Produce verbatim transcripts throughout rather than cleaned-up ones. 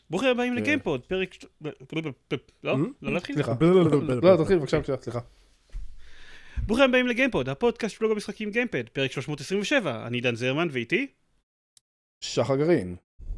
ברוכים הבאים לגיימפוד, פרק... לא? לא להתחיל? סליחה. לא, תתחיל, בבקשה, סליחה. ברוכים הבאים לגיימפוד, הפודקאסט בלוג המשחקים גיימפד, פרק שלוש מאות עשרים ושבע. אני דן זרמן, ואיתי? שחר גרעין.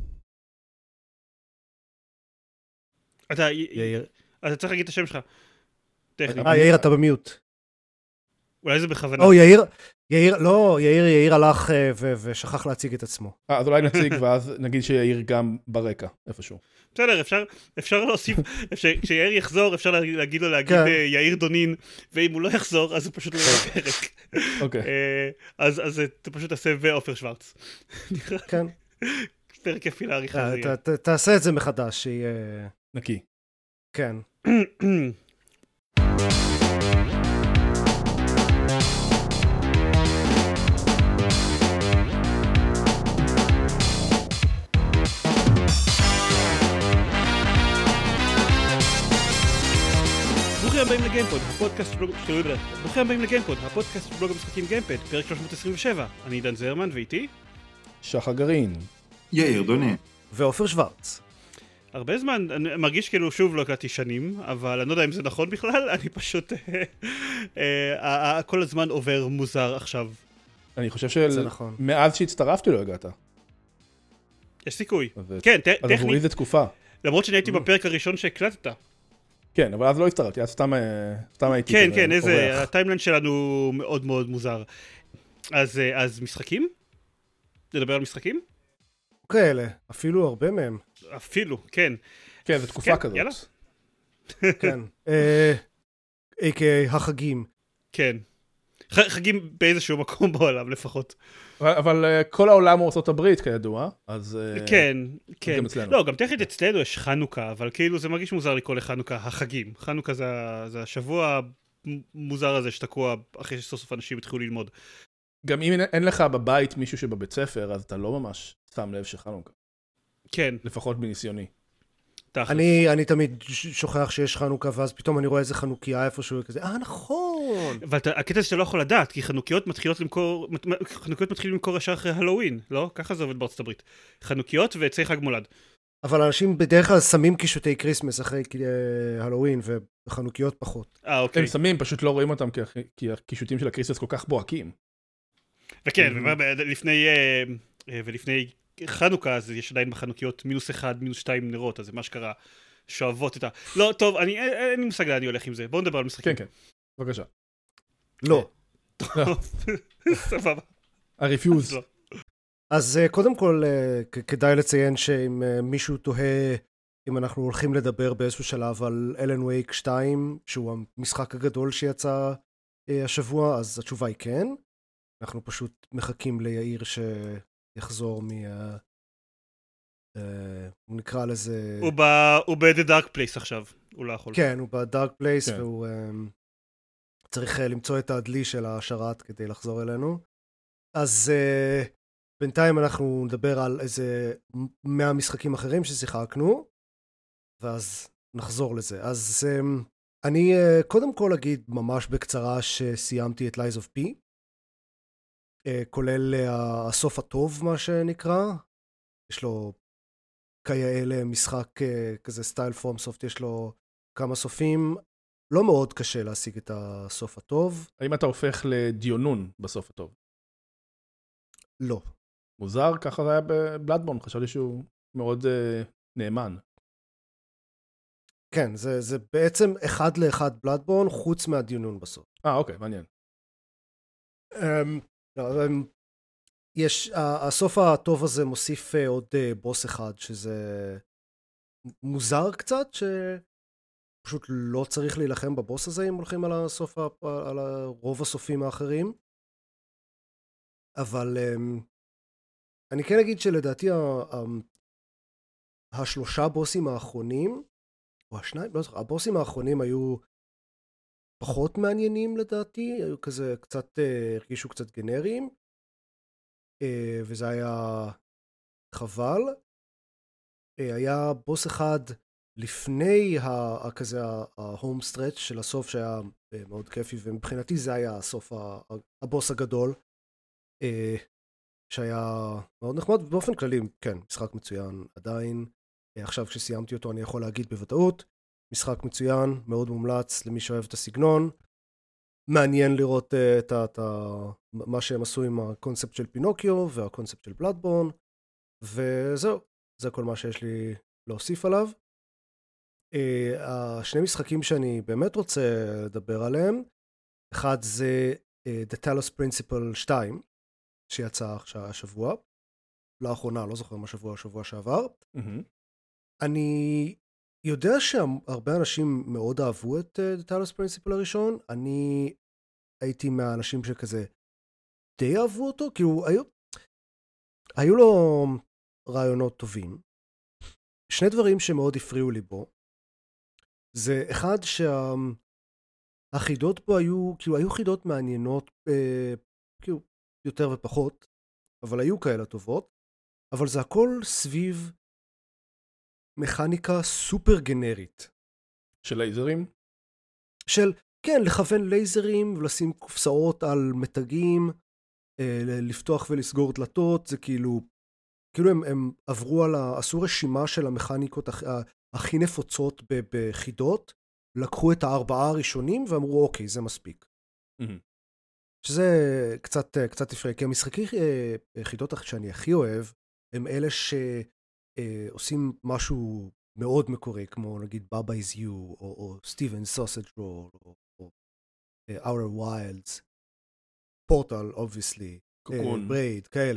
אתה... יאיר. אתה צריך להגיד את השם שלך. טכני. אה, יאיר, אתה במיוט. אולי זה בכוונה. או, יאיר, יאיר, לא, יאיר, יאיר הלך ושכח להציג את עצמו. אה, אז אולי נציג, ואז נגיד שיאיר גם ברקע, איפשהו. בסדר, אפשר, אפשר להוסיף, כשיאיר יחזור, אפשר להגיד לו להגיד יאיר דונין, ואם הוא לא יחזור, אז הוא פשוט לא יהיה בפרק. אוקיי. אז אתה פשוט תעשה ועופר שוורץ. כן. פרק יפי לעריכה זה יהיה. תעשה את זה מחדש, שיהיה... נקי. כן. ברוכים הבאים לגיימפוד, הפודקאסט בלוג... ברוכים הבאים לגיימפוד, הפודקאסט בלוג המשחקים גיימפד, פרק שלוש מאות עשרים ושבע. אני דן זרמן, ואיתי? שחר גרעין. יאיר דונין. ועופר שוורץ. הרבה זמן, אני מרגיש כאילו שוב לא הקלטתי שנים, אבל אני לא יודע אם זה נכון בכלל, אני פשוט... כל הזמן עובר מוזר עכשיו. אני חושב שמאז שהצטרפתי לא הגעת. יש סיכוי. כן, טכנית. אז עבורי זה תקופה. למרות שאני הייתי בפרק הראשון שהקלטת. כן, אבל אז לא הצטרפתי, אז סתם הייתי... כן, כן, איזה... הטיימליין שלנו מאוד מאוד מוזר. אז משחקים? נדבר על משחקים? כאלה, אפילו הרבה מהם. אפילו, כן. כן, זו תקופה כזאת. יאללה. כן. איי קיי איי החגים. כן. חגים באיזשהו מקום בעולם לפחות. אבל כל העולם הוא ארצות הברית כידוע, אז... כן, כן. לא, גם תכף אצלנו יש חנוכה, אבל כאילו זה מרגיש מוזר לקרוא לחנוכה החגים. חנוכה זה השבוע המוזר הזה שתקוע אחרי שסוף סוף אנשים התחילו ללמוד. גם אם אין לך בבית מישהו שבבית ספר, אז אתה לא ממש שם לב שחנוכה. כן. לפחות בניסיוני. אני, אני תמיד שוכח שיש חנוכה, ואז פתאום אני רואה איזה חנוכיה איפשהו כזה, אה, נכון. אבל הקטע זה שאתה לא יכול לדעת, כי חנוכיות מתחילות למכור, חנוכיות מתחילים למכור ישר אחרי הלואוין, לא? ככה זה עובד בארצות הברית. חנוכיות ועצי חג מולד. אבל אנשים בדרך כלל שמים קישוטי קריסמס אחרי הלואוין, וחנוכיות פחות. אה, אוקיי. הם שמים, פשוט לא רואים אותם, כי הקישוטים של הקריסמס כל כך בועקים. וכן, ולפני, ולפני חנוכה, אז יש עדיין בחנוכיות מינוס אחד, מינוס שתיים נרות, אז זה מה שקרה, שואבות את ה... לא, טוב, אני, אין לי מושג לאן אני הולך עם זה. בואו נדבר על משחקים. כן, כן. בבקשה. לא. סבבה. הרפיוז. אז קודם כל, כדאי לציין שאם מישהו תוהה, אם אנחנו הולכים לדבר באיזשהו שלב על אלן וייק שתיים, שהוא המשחק הגדול שיצא השבוע, אז התשובה היא כן. אנחנו פשוט מחכים ליאיר שיחזור מ... הוא נקרא לזה... הוא ב-The Dark Place עכשיו, הוא לא יכול. כן, הוא ב-Dark Place, והוא צריך למצוא את הדלי של השרת כדי לחזור אלינו. אז בינתיים אנחנו נדבר על איזה מאה משחקים אחרים ששיחקנו, ואז נחזור לזה. אז אני קודם כל אגיד ממש בקצרה שסיימתי את Lies of P, כולל הסוף הטוב מה שנקרא. יש לו כאלה משחק כזה סטייל פרום סופט, יש לו כמה סופים. לא מאוד קשה להשיג את הסוף הטוב. האם אתה הופך לדיונון בסוף הטוב? לא. מוזר, ככה זה היה בבלאדבורן, חשבתי שהוא מאוד uh, נאמן. כן, זה, זה בעצם אחד לאחד בלאדבורן, חוץ מהדיונון בסוף. אה, אוקיי, מעניין. Um, לא, um, יש, uh, הסוף הטוב הזה מוסיף uh, עוד uh, בוס אחד, שזה מוזר קצת, שפשוט לא צריך להילחם בבוס הזה, אם הולכים על הסוף, על הרוב הסופים האחרים. אבל um, אני כן אגיד שלדעתי ה- ה- השלושה בוסים האחרונים, או השניים, לא זוכר, הבוסים האחרונים היו פחות מעניינים לדעתי, היו כזה קצת, הרגישו קצת גנריים, וזה היה חבל. היה בוס אחד לפני ה- כזה ההום סטרץ' של הסוף שהיה מאוד כיפי, ומבחינתי זה היה הסוף, הבוס הגדול, שהיה מאוד נחמד, ובאופן כללי, כן, משחק מצוין עדיין. עכשיו כשסיימתי אותו אני יכול להגיד בוודאות, משחק מצוין, מאוד מומלץ למי שאוהב את הסגנון, מעניין לראות את, את, את מה שהם עשו עם הקונספט של פינוקיו והקונספט של בלאדבורן, וזהו, זה כל מה שיש לי להוסיף עליו. השני משחקים שאני באמת רוצה לדבר עליהם, אחד זה The Talos Principle שתיים, שיצא השבוע, לאחרונה, לא זוכר מה שבוע, שבוע שעבר. Mm-hmm. אני יודע שהרבה אנשים מאוד אהבו את The Talos Principle הראשון, אני הייתי מהאנשים שכזה די אהבו אותו, כאילו היו, היו לו רעיונות טובים. שני דברים שמאוד הפריעו לי בו, זה אחד שהחידות בו היו, כאילו היו חידות מעניינות, אה, כאילו יותר ופחות, אבל היו כאלה טובות, אבל זה הכל סביב מכניקה סופר גנרית. של לייזרים? של, כן, לכוון לייזרים ולשים קופסאות על מתגים, אה, לפתוח ולסגור דלתות, זה כאילו, כאילו הם, הם עברו על, ה, עשו רשימה של המכניקות הכ, הכי נפוצות בחידות, לקחו את הארבעה הראשונים ואמרו, אוקיי, זה מספיק. Mm-hmm. שזה קצת, קצת הפריע, כי המשחקי חידות שאני הכי אוהב, הם אלה שעושים משהו מאוד מקורי, כמו נגיד Baba is You, או, או Steven Sausage Roll, או, או Outer Wilds, Portal, obviously, קוקון. Braid, כאלה.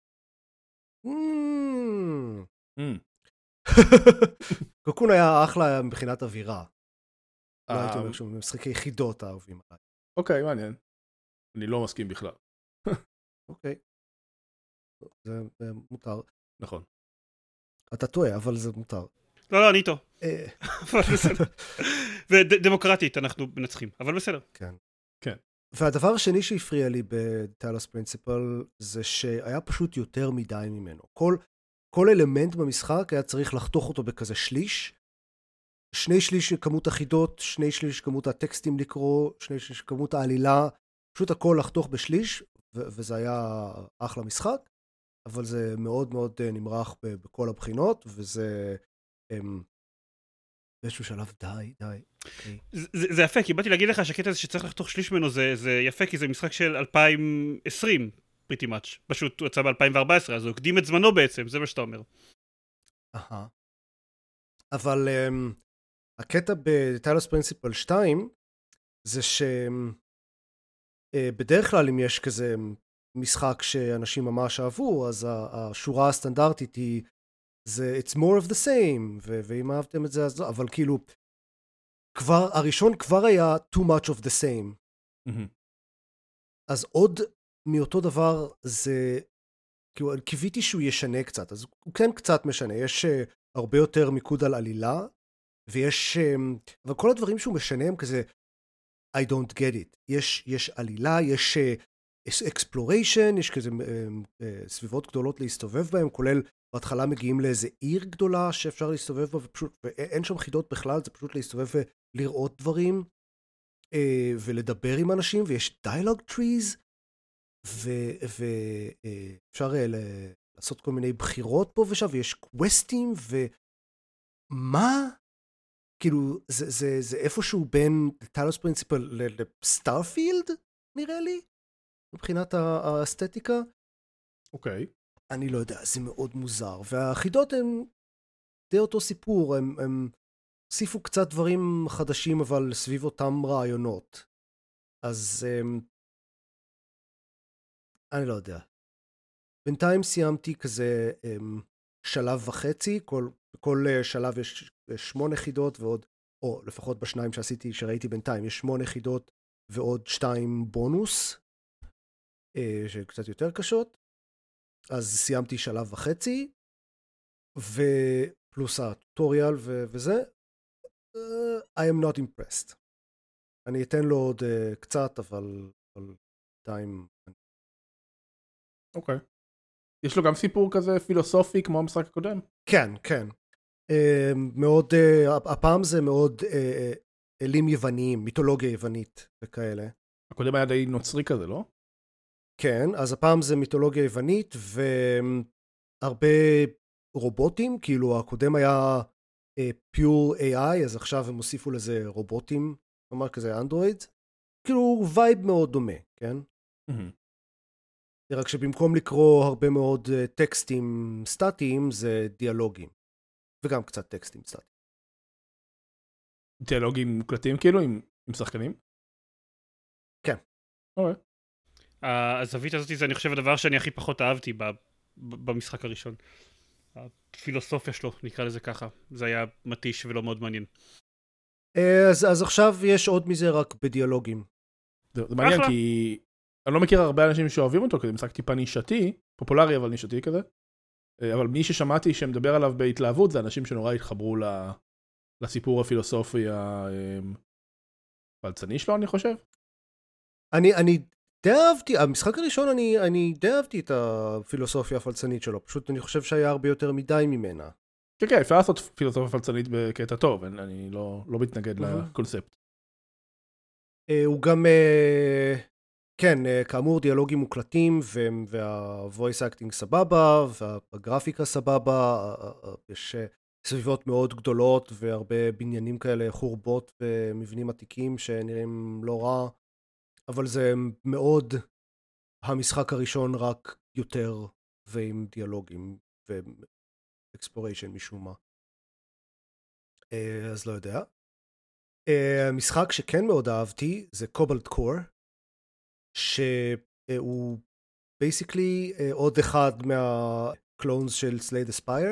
Mm. Mm. קוקון היה אחלה מבחינת אווירה. Uh, לא הייתי אומר שהוא משחקי חידות האהובים עליי. אוקיי, מעניין. אני לא מסכים בכלל. אוקיי. זה, זה מותר. נכון. אתה טועה, אבל זה מותר. לא, לא, אני איתו. אבל בסדר. ודמוקרטית אנחנו מנצחים, אבל בסדר. כן. כן. והדבר השני שהפריע לי ב-Talos Principle זה שהיה פשוט יותר מדי ממנו. כל, כל אלמנט במשחק היה צריך לחתוך אותו בכזה שליש. שני שליש כמות החידות, שני שליש כמות הטקסטים לקרוא, שני שליש כמות העלילה. פשוט הכל לחתוך בשליש, ו- וזה היה אחלה משחק. אבל זה מאוד מאוד נמרח ב- בכל הבחינות, וזה הם, באיזשהו שלב די, די. Okay. זה, זה יפה, כי באתי להגיד לך שהקטע הזה שצריך לחתוך שליש ממנו, זה, זה יפה, כי זה משחק של אלפיים ועשרים, pretty much. פשוט הוא יצא ב-אלפיים וארבע עשרה, אז הוא הקדים את זמנו בעצם, זה מה שאתה אומר. אהה. אבל um, הקטע ב-Talos Principle שתיים, זה שבדרך כלל אם יש כזה משחק שאנשים ממש אהבו, אז השורה הסטנדרטית היא, זה it's more of the same, ו- ואם אהבתם את זה, אז לא, אבל כאילו, כבר, הראשון כבר היה too much of the same. Mm-hmm. אז עוד מאותו דבר, זה, כאילו, קיוויתי שהוא ישנה קצת, אז הוא כן קצת משנה, יש uh, הרבה יותר מיקוד על עלילה, ויש, um, אבל כל הדברים שהוא משנה הם כזה, I don't get it. יש, יש עלילה, יש uh, exploration, יש כזה uh, uh, סביבות גדולות להסתובב בהם, כולל בהתחלה מגיעים לאיזה עיר גדולה שאפשר להסתובב בה, ופשוט, ואין שם חידות בכלל, זה פשוט להסתובב ולראות דברים, uh, ולדבר עם אנשים, ויש dialogue trees, ואפשר uh, uh, לעשות כל מיני בחירות פה ושם, ויש קווסטים, ומה? כאילו, זה, זה, זה איפשהו בין Talos Principle לסטארפילד, נראה לי, מבחינת האסתטיקה. אוקיי. Okay. אני לא יודע, זה מאוד מוזר. והחידות הן די אותו סיפור, הם, הם הוסיפו קצת דברים חדשים, אבל סביב אותם רעיונות. אז הם, אני לא יודע. בינתיים סיימתי כזה הם, שלב וחצי, כל, בכל שלב יש שמונה חידות ועוד, או לפחות בשניים שעשיתי, שראיתי בינתיים, יש שמונה חידות ועוד שתיים בונוס, שקצת יותר קשות. אז סיימתי שלב וחצי, ופלוס הטוטוריאל ו- וזה, uh, I am not impressed. אני אתן לו עוד uh, קצת, אבל בינתיים... אוקיי. יש לו גם סיפור כזה פילוסופי כמו המשחק הקודם? כן, כן. Uh, מאוד, uh, הפעם זה מאוד uh, אלים יווניים, מיתולוגיה יוונית וכאלה. הקודם היה די נוצרי כזה, לא? כן, אז הפעם זה מיתולוגיה יוונית, והרבה רובוטים, כאילו הקודם היה פיור איי איי, אז עכשיו הם הוסיפו לזה רובוטים, כלומר כזה אנדרואיד, כאילו וייב מאוד דומה, כן? רק שבמקום לקרוא הרבה מאוד טקסטים סטטיים, זה דיאלוגים, וגם קצת טקסטים סטטיים. דיאלוגים מוקלטים כאילו עם, עם שחקנים? כן. אוקיי. הזווית הזאת זה אני חושב הדבר שאני הכי פחות אהבתי במשחק הראשון. הפילוסופיה שלו, נקרא לזה ככה. זה היה מתיש ולא מאוד מעניין. אז, אז עכשיו יש עוד מזה רק בדיאלוגים. זה, זה מעניין אחלה. כי אני לא מכיר הרבה אנשים שאוהבים אותו, כי זה משחק טיפה נישתי, פופולרי אבל נישתי כזה. אבל מי ששמעתי שמדבר עליו בהתלהבות זה אנשים שנורא התחברו לסיפור הפילוסופי הפלצני שלו, אני חושב. אני, אני די אהבתי, המשחק הראשון אני, אני די אהבתי את הפילוסופיה הפלצנית שלו, פשוט אני חושב שהיה הרבה יותר מדי ממנה. כן, כן, אפשר לעשות פילוסופיה פלצנית בקטע טוב, אני לא, לא מתנגד לקונספט. הוא גם, כן, כאמור דיאלוגים מוקלטים, וה-voice acting סבבה, והגרפיקה סבבה, יש סביבות מאוד גדולות, והרבה בניינים כאלה, חורבות ומבנים עתיקים שנראים לא רע, אבל זה מאוד המשחק הראשון רק יותר ועם דיאלוגים ואקספלוריישן משום מה. אז לא יודע. המשחק שכן מאוד אהבתי זה קובלט קור, שהוא בייסיקלי עוד אחד מהקלונס של סלייד אספייר.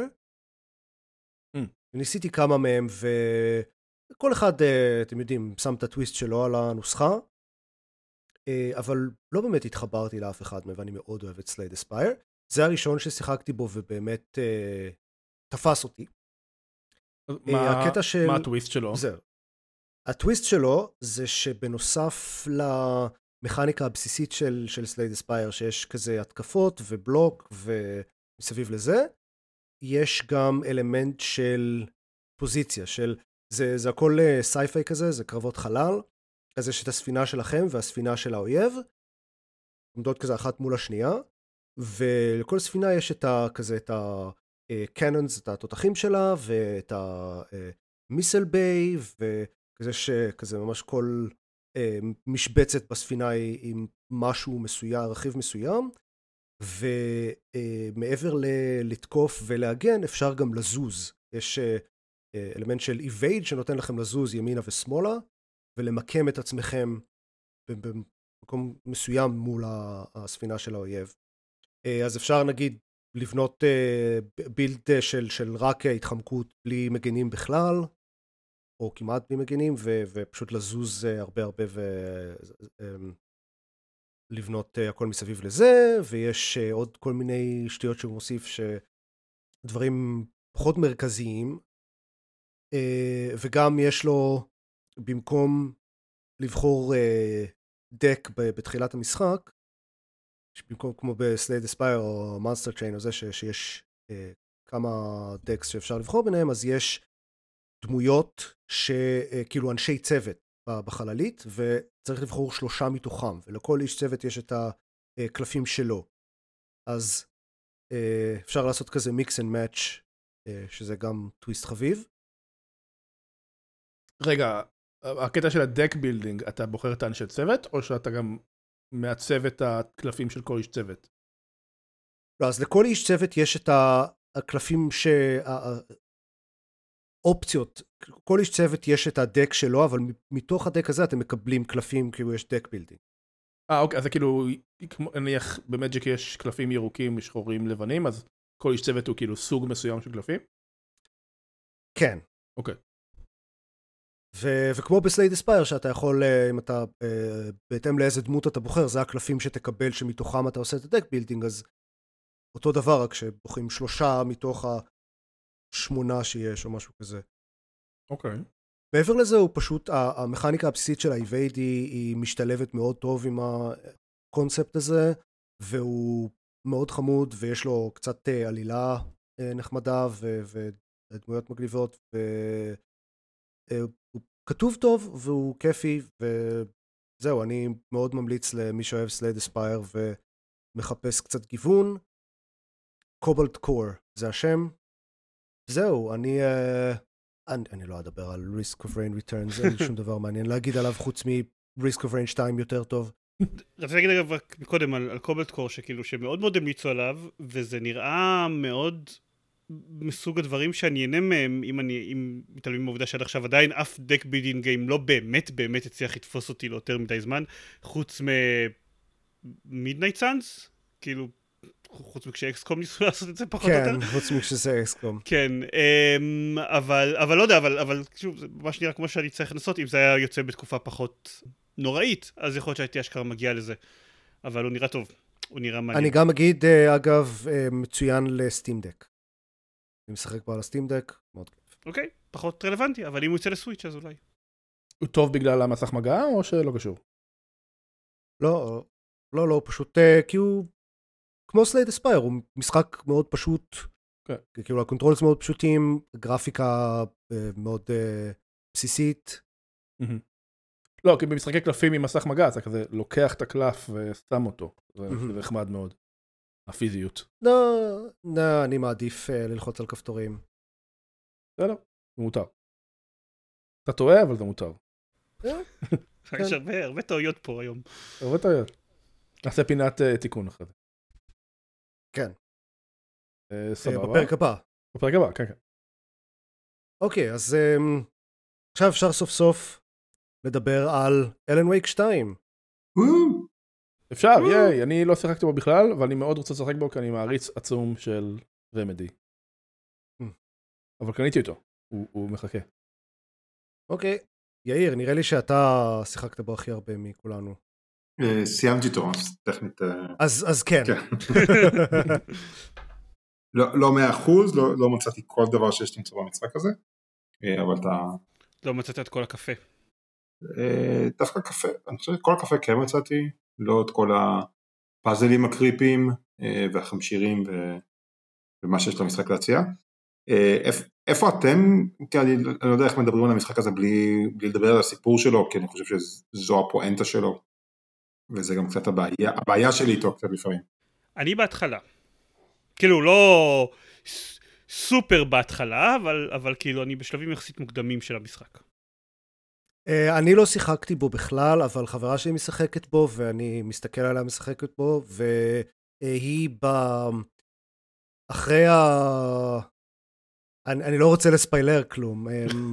ניסיתי כמה מהם וכל אחד, אתם יודעים, שם את הטוויסט שלו על הנוסחה. אבל לא באמת התחברתי לאף אחד מהם, ואני מאוד אוהב את סלייד אספייר. זה הראשון ששיחקתי בו ובאמת אה, תפס אותי. מה, הקטע של... מה הטוויסט שלו? זה. הטוויסט שלו זה שבנוסף למכניקה הבסיסית של, של סלייד אספייר, שיש כזה התקפות ובלוק ומסביב לזה, יש גם אלמנט של פוזיציה, של... זה, זה הכל סייפיי כזה, זה קרבות חלל, אז יש את הספינה שלכם והספינה של האויב, עומדות כזה אחת מול השנייה, ולכל ספינה יש את ה, כזה את הקנונס, את התותחים שלה, ואת המיסל ביי, וכזה שכזה ממש כל משבצת בספינה היא עם משהו מסוים, רכיב מסוים, ומעבר לתקוף ולהגן אפשר גם לזוז. יש אלמנט של evade שנותן לכם לזוז ימינה ושמאלה, ולמקם את עצמכם במקום מסוים מול הספינה של האויב. אז אפשר נגיד לבנות בילד של, של רק התחמקות בלי מגנים בכלל, או כמעט בלי מגנים, ו, ופשוט לזוז הרבה הרבה ולבנות הכל מסביב לזה, ויש עוד כל מיני שטויות שהוא מוסיף שדברים פחות מרכזיים, וגם יש לו במקום לבחור דק בתחילת המשחק, במקום כמו בסלייד אספייר או מונסטר צ'יין או זה שיש כמה דקס שאפשר לבחור ביניהם, אז יש דמויות שכאילו אנשי צוות בחללית, וצריך לבחור שלושה מתוכם, ולכל איש צוות יש את הקלפים שלו. אז אפשר לעשות כזה מיקס אנד מאץ', שזה גם טוויסט חביב. רגע, הקטע של הדק בילדינג, אתה בוחר את האנשי צוות, או שאתה גם מעצב את הקלפים של כל איש צוות? לא, אז לכל איש צוות יש את הקלפים ש... האופציות, כל איש צוות יש את הדק שלו, אבל מתוך הדק הזה אתם מקבלים קלפים, כאילו יש דק בילדינג. אה, אוקיי, אז זה כאילו, נניח במג'יק יש קלפים ירוקים, שחורים, לבנים, אז כל איש צוות הוא כאילו סוג מסוים של קלפים? כן. אוקיי. ו- וכמו בסלייד אספייר, שאתה יכול, אם אתה, בהתאם לאיזה דמות אתה בוחר, זה הקלפים שתקבל שמתוכם אתה עושה את הדק בילדינג, אז אותו דבר, רק שבוחרים שלושה מתוך השמונה שיש או משהו כזה. אוקיי. מעבר לזה הוא פשוט, המכניקה הבסיסית של ה-evade היא, היא משתלבת מאוד טוב עם הקונספט הזה, והוא מאוד חמוד, ויש לו קצת עלילה נחמדה ו- ודמויות מגניבות, ו- הוא כתוב טוב והוא כיפי, וזהו, אני מאוד ממליץ למי שאוהב סלייד אספייר ומחפש קצת גיוון. קובלט קור זה השם, זהו, אני, אני, אני לא אדבר על Risk of Rain Returns, אין לי שום דבר מעניין להגיד עליו חוץ מ-Risk of Rain שתיים יותר טוב. רציתי להגיד אגב רק קודם על, על קובלט קור, שכאילו שמאוד מאוד המליצו עליו, וזה נראה מאוד מסוג הדברים שאני אהנה מהם, אם אני, אם מתעלמים מהעובדה שעד עכשיו עדיין אף דק בילדינג גיים לא באמת באמת הצליח לתפוס אותי ליותר מדי זמן, חוץ מ-Midnight Suns, כאילו, חוץ מכשאקסקום ניסו לעשות את זה פחות או יותר. כן, חוץ מכשזה אקסקום. כן, אבל, אבל לא יודע, אבל, אבל שוב, זה ממש נראה כמו שאני צריך לנסות, אם זה היה יוצא בתקופה פחות נוראית, אז יכול להיות שהייתי אשכרה מגיע לזה. אבל הוא נראה טוב, הוא נראה מעניין. אני גם אגיד, אגב, מצוין לסטים דק. אני משחק בו על הסטים דק, מאוד כיף. אוקיי, פחות רלוונטי, אבל אם הוא יוצא לסוויץ' אז אולי. הוא טוב בגלל המסך מגע או שלא קשור? לא, לא, לא, פשוט כי הוא כמו סלייד אספייר, הוא משחק מאוד פשוט, כן. כאילו הקונטרולס מאוד פשוטים, גרפיקה מאוד בסיסית. לא, כי במשחקי קלפים עם מסך מגע, אתה כזה לוקח את הקלף ושם אותו, זה נחמד מאוד, הפיזיות. לא, לא, אני מעדיף ללחוץ על כפתורים. זה לא, זה מותר. אתה טועה, אבל זה מותר. יש הרבה, הרבה טעויות פה היום. הרבה טעויות. נעשה פינת תיקון אחרי זה. כן. סבבה. בפרק הבא. בפרק הבא, כן, כן. אוקיי, אז עכשיו אפשר סוף סוף לדבר על אלן וייק שתיים. אפשר, ייי, אני לא שיחקתי בו בכלל, אבל אני מאוד רוצה לשחק בו, כי אני מעריץ עצום של רמדי. אבל קניתי אותו, הוא מחכה. אוקיי, יאיר, נראה לי שאתה שיחקת בו הכי הרבה מכולנו. סיימתי אותו, אז טכנית... אז כן. לא מאה אחוז, לא מצאתי כל דבר שיש למצוא במשחק הזה, אבל אתה... לא מצאת את כל הקפה. דווקא קפה, אני חושב שכל הקפה כן מצאתי, לא את כל הפאזלים הקריפים והחמשירים ומה שיש למשחק להציע. איפה אתם, כי אני לא יודע איך מדברים על המשחק הזה בלי לדבר על הסיפור שלו, כי אני חושב שזו הפואנטה שלו, וזה גם קצת הבעיה, הבעיה שלי איתו קצת לפעמים. אני בהתחלה, כאילו לא סופר בהתחלה, אבל, אבל כאילו אני בשלבים יחסית מוקדמים של המשחק. אני לא שיחקתי בו בכלל, אבל חברה שלי משחקת בו, ואני מסתכל עליה משחקת בו, והיא ב... אחרי ה... אני, אני לא רוצה לספיילר כלום.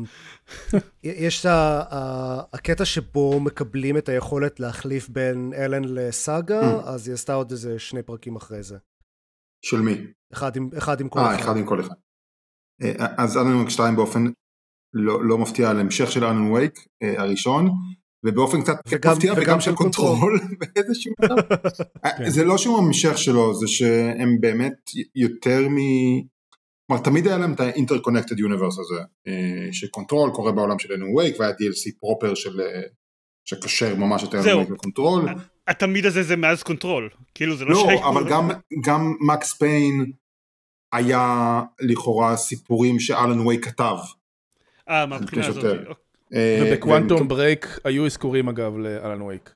יש את הקטע שבו מקבלים את היכולת להחליף בין אלן לסאגה, אז היא עשתה עוד איזה שני פרקים אחרי זה. של מי? אחד עם, אחד עם כל אחד. אחד. אחד עם כל אחד. אז אלן וייק שתיים באופן לא, לא מפתיע על המשך של אלן וייק הראשון, ובאופן קצת וגם, מפתיע וגם וגם של קונטרול. באיזשהו זה לא שהוא המשך שלו, זה שהם באמת יותר מ... כלומר, תמיד היה להם את ה-interconnected universe הזה, שקונטרול קורה בעולם של אלן וייק, והיה די אל סי פרופר של... שקשר ממש את אלן וייק לקונטרול. התמיד הזה זה מאז קונטרול, כאילו זה לא לא, שייך. אבל גם, גם מקס פיין היה לכאורה סיפורים שאלן וייק כתב. אה, מהבחינה הזאת. ובקוונטום ברייק היו אזכורים אגב לאלן וייק.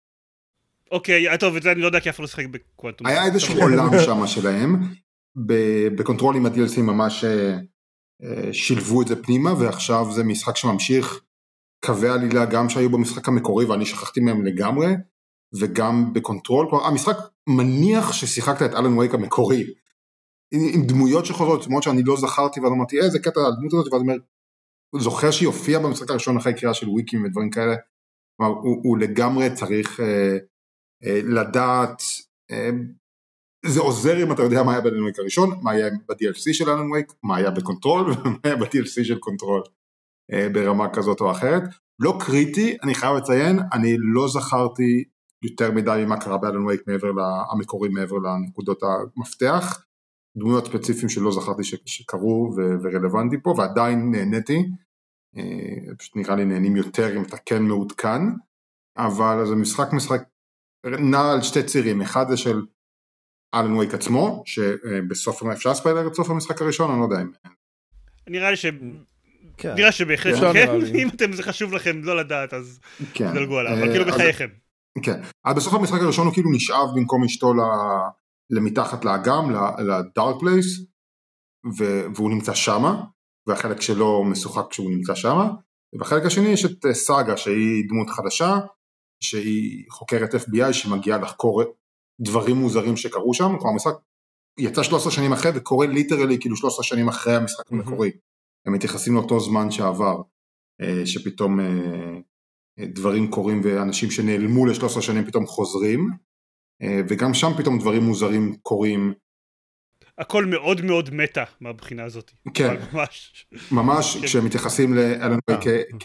אוקיי, טוב, את זה אני לא יודע כי אף לא לשחק בקוונטום. היה איזשהו עולם שם שלהם, בקונטרול עם ה-די אל סי ממש שילבו את זה פנימה, ועכשיו זה משחק שממשיך קווי עלילה גם שהיו במשחק המקורי, ואני שכחתי מהם לגמרי, וגם בקונטרול, כלומר, המשחק מניח ששיחקת את אלן וייק המקורי, עם דמויות שחוזרות, דמויות שאני לא זכרתי, ואני אמרתי, איזה קטע הדמות הזאת, ואני אומר, הוא זוכר שהיא הופיעה במשחק הראשון אחרי קריאה של וויקים ודברים כאלה, כלומר, הוא, הוא לגמרי צריך אה, אה, לדעת, אה, זה עוזר אם אתה יודע מה היה באלן וייק הראשון, מה היה ב-די אל סי של אלן וייק, מה היה בקונטרול, ומה היה ב-די אל סי של קונטרול, אה, ברמה כזאת או אחרת. לא קריטי, אני חייב לציין, אני לא זכרתי יותר מדי מה קרה באלן וייק מעבר למקורי, מעבר לנקודות המפתח, דמויות ספציפיים שלא זכרתי שקרו ורלוונטי פה, ועדיין נהניתי, פשוט נראה לי נהנים יותר אם אתה כן מעודכן, אבל זה משחק משחק נע על שתי צירים, אחד זה של אלן וייק עצמו, שבסוף אפשר ספיילר את סוף המשחק הראשון, אני לא יודע אם... נראה לי ש... נראה שבהחלט כן, אם אתם זה חשוב לכם לא לדעת, אז דלגו עליו, אבל כאילו בחייכם. כן, אז בסוף המשחק הראשון הוא כאילו נשאב במקום אשתו למתחת לאגם, לדארק פלייס, והוא נמצא שמה, והחלק שלו משוחק כשהוא נמצא שמה, ובחלק השני יש את סאגה שהיא דמות חדשה, שהיא חוקרת אף בי איי שמגיעה לחקור דברים מוזרים שקרו שם, כלומר המשחק יצא שלוש עשרה שנים אחרי וקורה ליטרלי כאילו שלוש עשרה שנים אחרי המשחק המקורי, הם מתייחסים לאותו זמן שעבר, שפתאום דברים קורים ואנשים שנעלמו ל-שלוש עשרה שנים פתאום חוזרים, וגם שם פתאום דברים מוזרים קורים. הכל מאוד מאוד מטה מהבחינה הזאת. כן, ממש. ממש כשהם מתייחסים לאלן וייק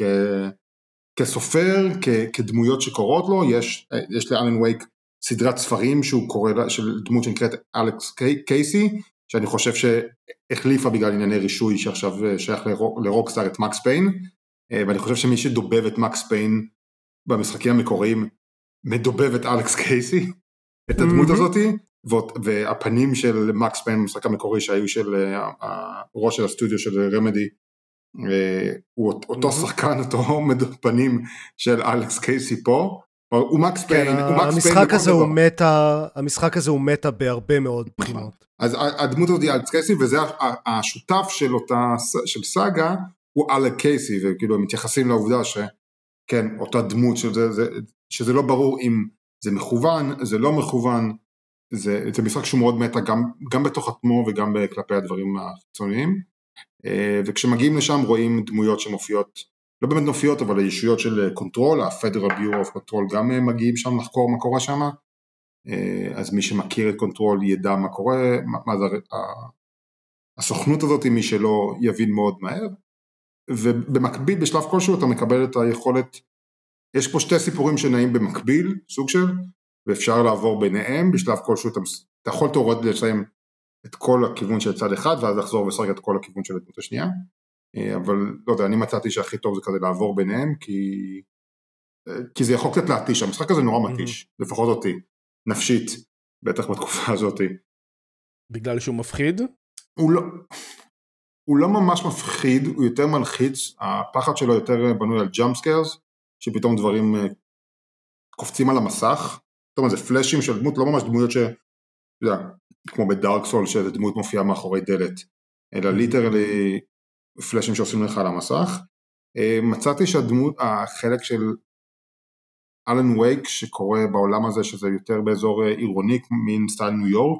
כסופר, כדמויות שקורות לו, יש, יש לאלן וייק סדרת ספרים שהוא קורא, של דמות שנקראת אלכס קייסי, שאני חושב שהחליפה בגלל ענייני רישוי שעכשיו שייך לרוקסטאר את מקס פיין, ואני חושב שמי שדובב את מקס פיין במשחקים המקוריים, מדובב את אלכס קייסי, את הדמות הזאת, והפנים של מקס פיין במשחק המקורי שהיו של הראש של הסטודיו של רמדי, הוא אותו שחקן, אותו פנים של אלכס קייסי פה, הוא מקס פיין, המשחק הזה הוא מטה, המשחק הזה הוא מטה בהרבה מאוד בחינות. אז הדמות הזאת היא אלכס קייסי, וזה השותף של אותה, של סאגה, הוא אלכס קייסי, וכאילו הם מתייחסים לעובדה שכן, אותה דמות שזה, זה, שזה לא ברור אם זה מכוון, זה לא מכוון, זה, זה משחק שהוא מאוד מטה, גם, גם בתוך עצמו וגם כלפי הדברים החיצוניים, וכשמגיעים לשם רואים דמויות שמופיעות, לא באמת מופיעות, אבל הישויות של קונטרול, ה-Federal Bureau of Control גם מגיעים שם לחקור מה קורה שם, אז מי שמכיר את קונטרול ידע מה קורה, מה זה הסוכנות הזאת, מי שלא יבין מאוד מהר, ובמקביל בשלב כלשהו אתה מקבל את היכולת, יש פה שתי סיפורים שנעים במקביל, סוג של, ואפשר לעבור ביניהם, בשלב כלשהו אתה, אתה יכול תורד לסיים את כל הכיוון של צד אחד, ואז לחזור ולשחק את כל הכיוון של הדמות השנייה, אבל לא יודע, אני מצאתי שהכי טוב זה כזה לעבור ביניהם, כי, כי זה יכול קצת להתיש, המשחק הזה נורא מתיש, לפחות אותי, נפשית, בטח בתקופה הזאת. בגלל שהוא מפחיד? הוא לא... הוא לא ממש מפחיד, הוא יותר מלחיץ, הפחד שלו יותר בנוי על ג'אמפ סקיירס, שפתאום דברים קופצים על המסך, זאת אומרת, זה פלאשים של דמות, לא ממש דמויות ש... יודע, כמו בדארק סול, שזה דמות מופיעה מאחורי דלת, אלא ליטרלי פלאשים שעושים לך על המסך. מצאתי שהדמות, החלק של אלן וייק, שקורה בעולם הזה, שזה יותר באזור עירוני, מין סטייל ניו יורק,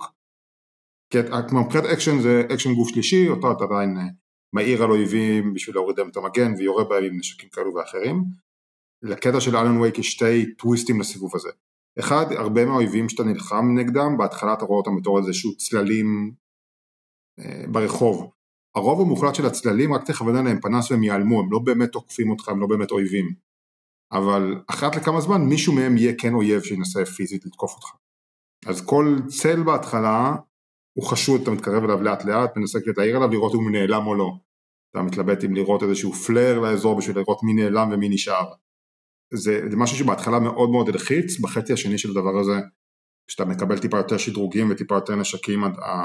כמו מבחינת אקשן זה אקשן גוף שלישי, אותו אתה עדיין מעיר על אויבים בשביל להוריד להם את המגן ויורה בהם עם נשקים כאלו ואחרים. לקטע של אלן וייק יש שתי טוויסטים לסיבוב הזה. אחד, הרבה מהאויבים שאתה נלחם נגדם, בהתחלה אתה רואה אותם בתור איזשהו צללים אה, ברחוב. הרוב המוחלט של הצללים רק תכוון עליהם פנס והם יעלמו, הם לא באמת תוקפים אותך, הם לא באמת אויבים. אבל אחת לכמה זמן מישהו מהם יהיה כן אויב שינסה פיזית לתקוף אותך. אז כל צל בהתחלה הוא חשוד, אתה מתקרב אליו לאט לאט, מנסה קצת להעיר עליו, לראות אם הוא נעלם או לא. אתה מתלבט עם לראות איזשהו פלר לאזור, בשביל לראות מי נעלם ומי נשאר. זה, זה משהו שבהתחלה מאוד מאוד הלחיץ, בחצי השני של הדבר הזה, כשאתה מקבל טיפה יותר שדרוגים וטיפה יותר נשקים,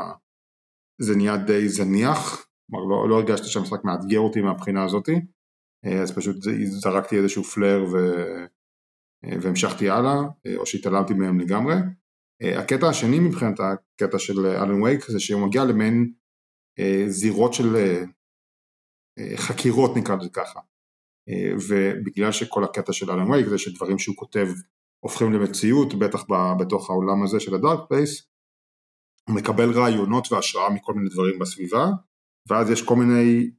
זה נהיה די זניח, כלומר לא, לא הרגשתי שהמשחק מאתגר אותי מהבחינה הזאת, אז פשוט זרקתי איזשהו פלר ו... והמשכתי הלאה, או שהתעלמתי מהם לגמרי. הקטע השני מבחינת הקטע של אלן וייק, זה שהוא מגיע למעין זירות של חקירות נקרא לזה ככה, ובגלל שכל הקטע של אלן וייק זה שדברים שהוא כותב הופכים למציאות, בטח בתוך העולם הזה של הדארק פלייס, הוא מקבל רעיונות והשראה מכל מיני דברים בסביבה, ואז יש כל מיני,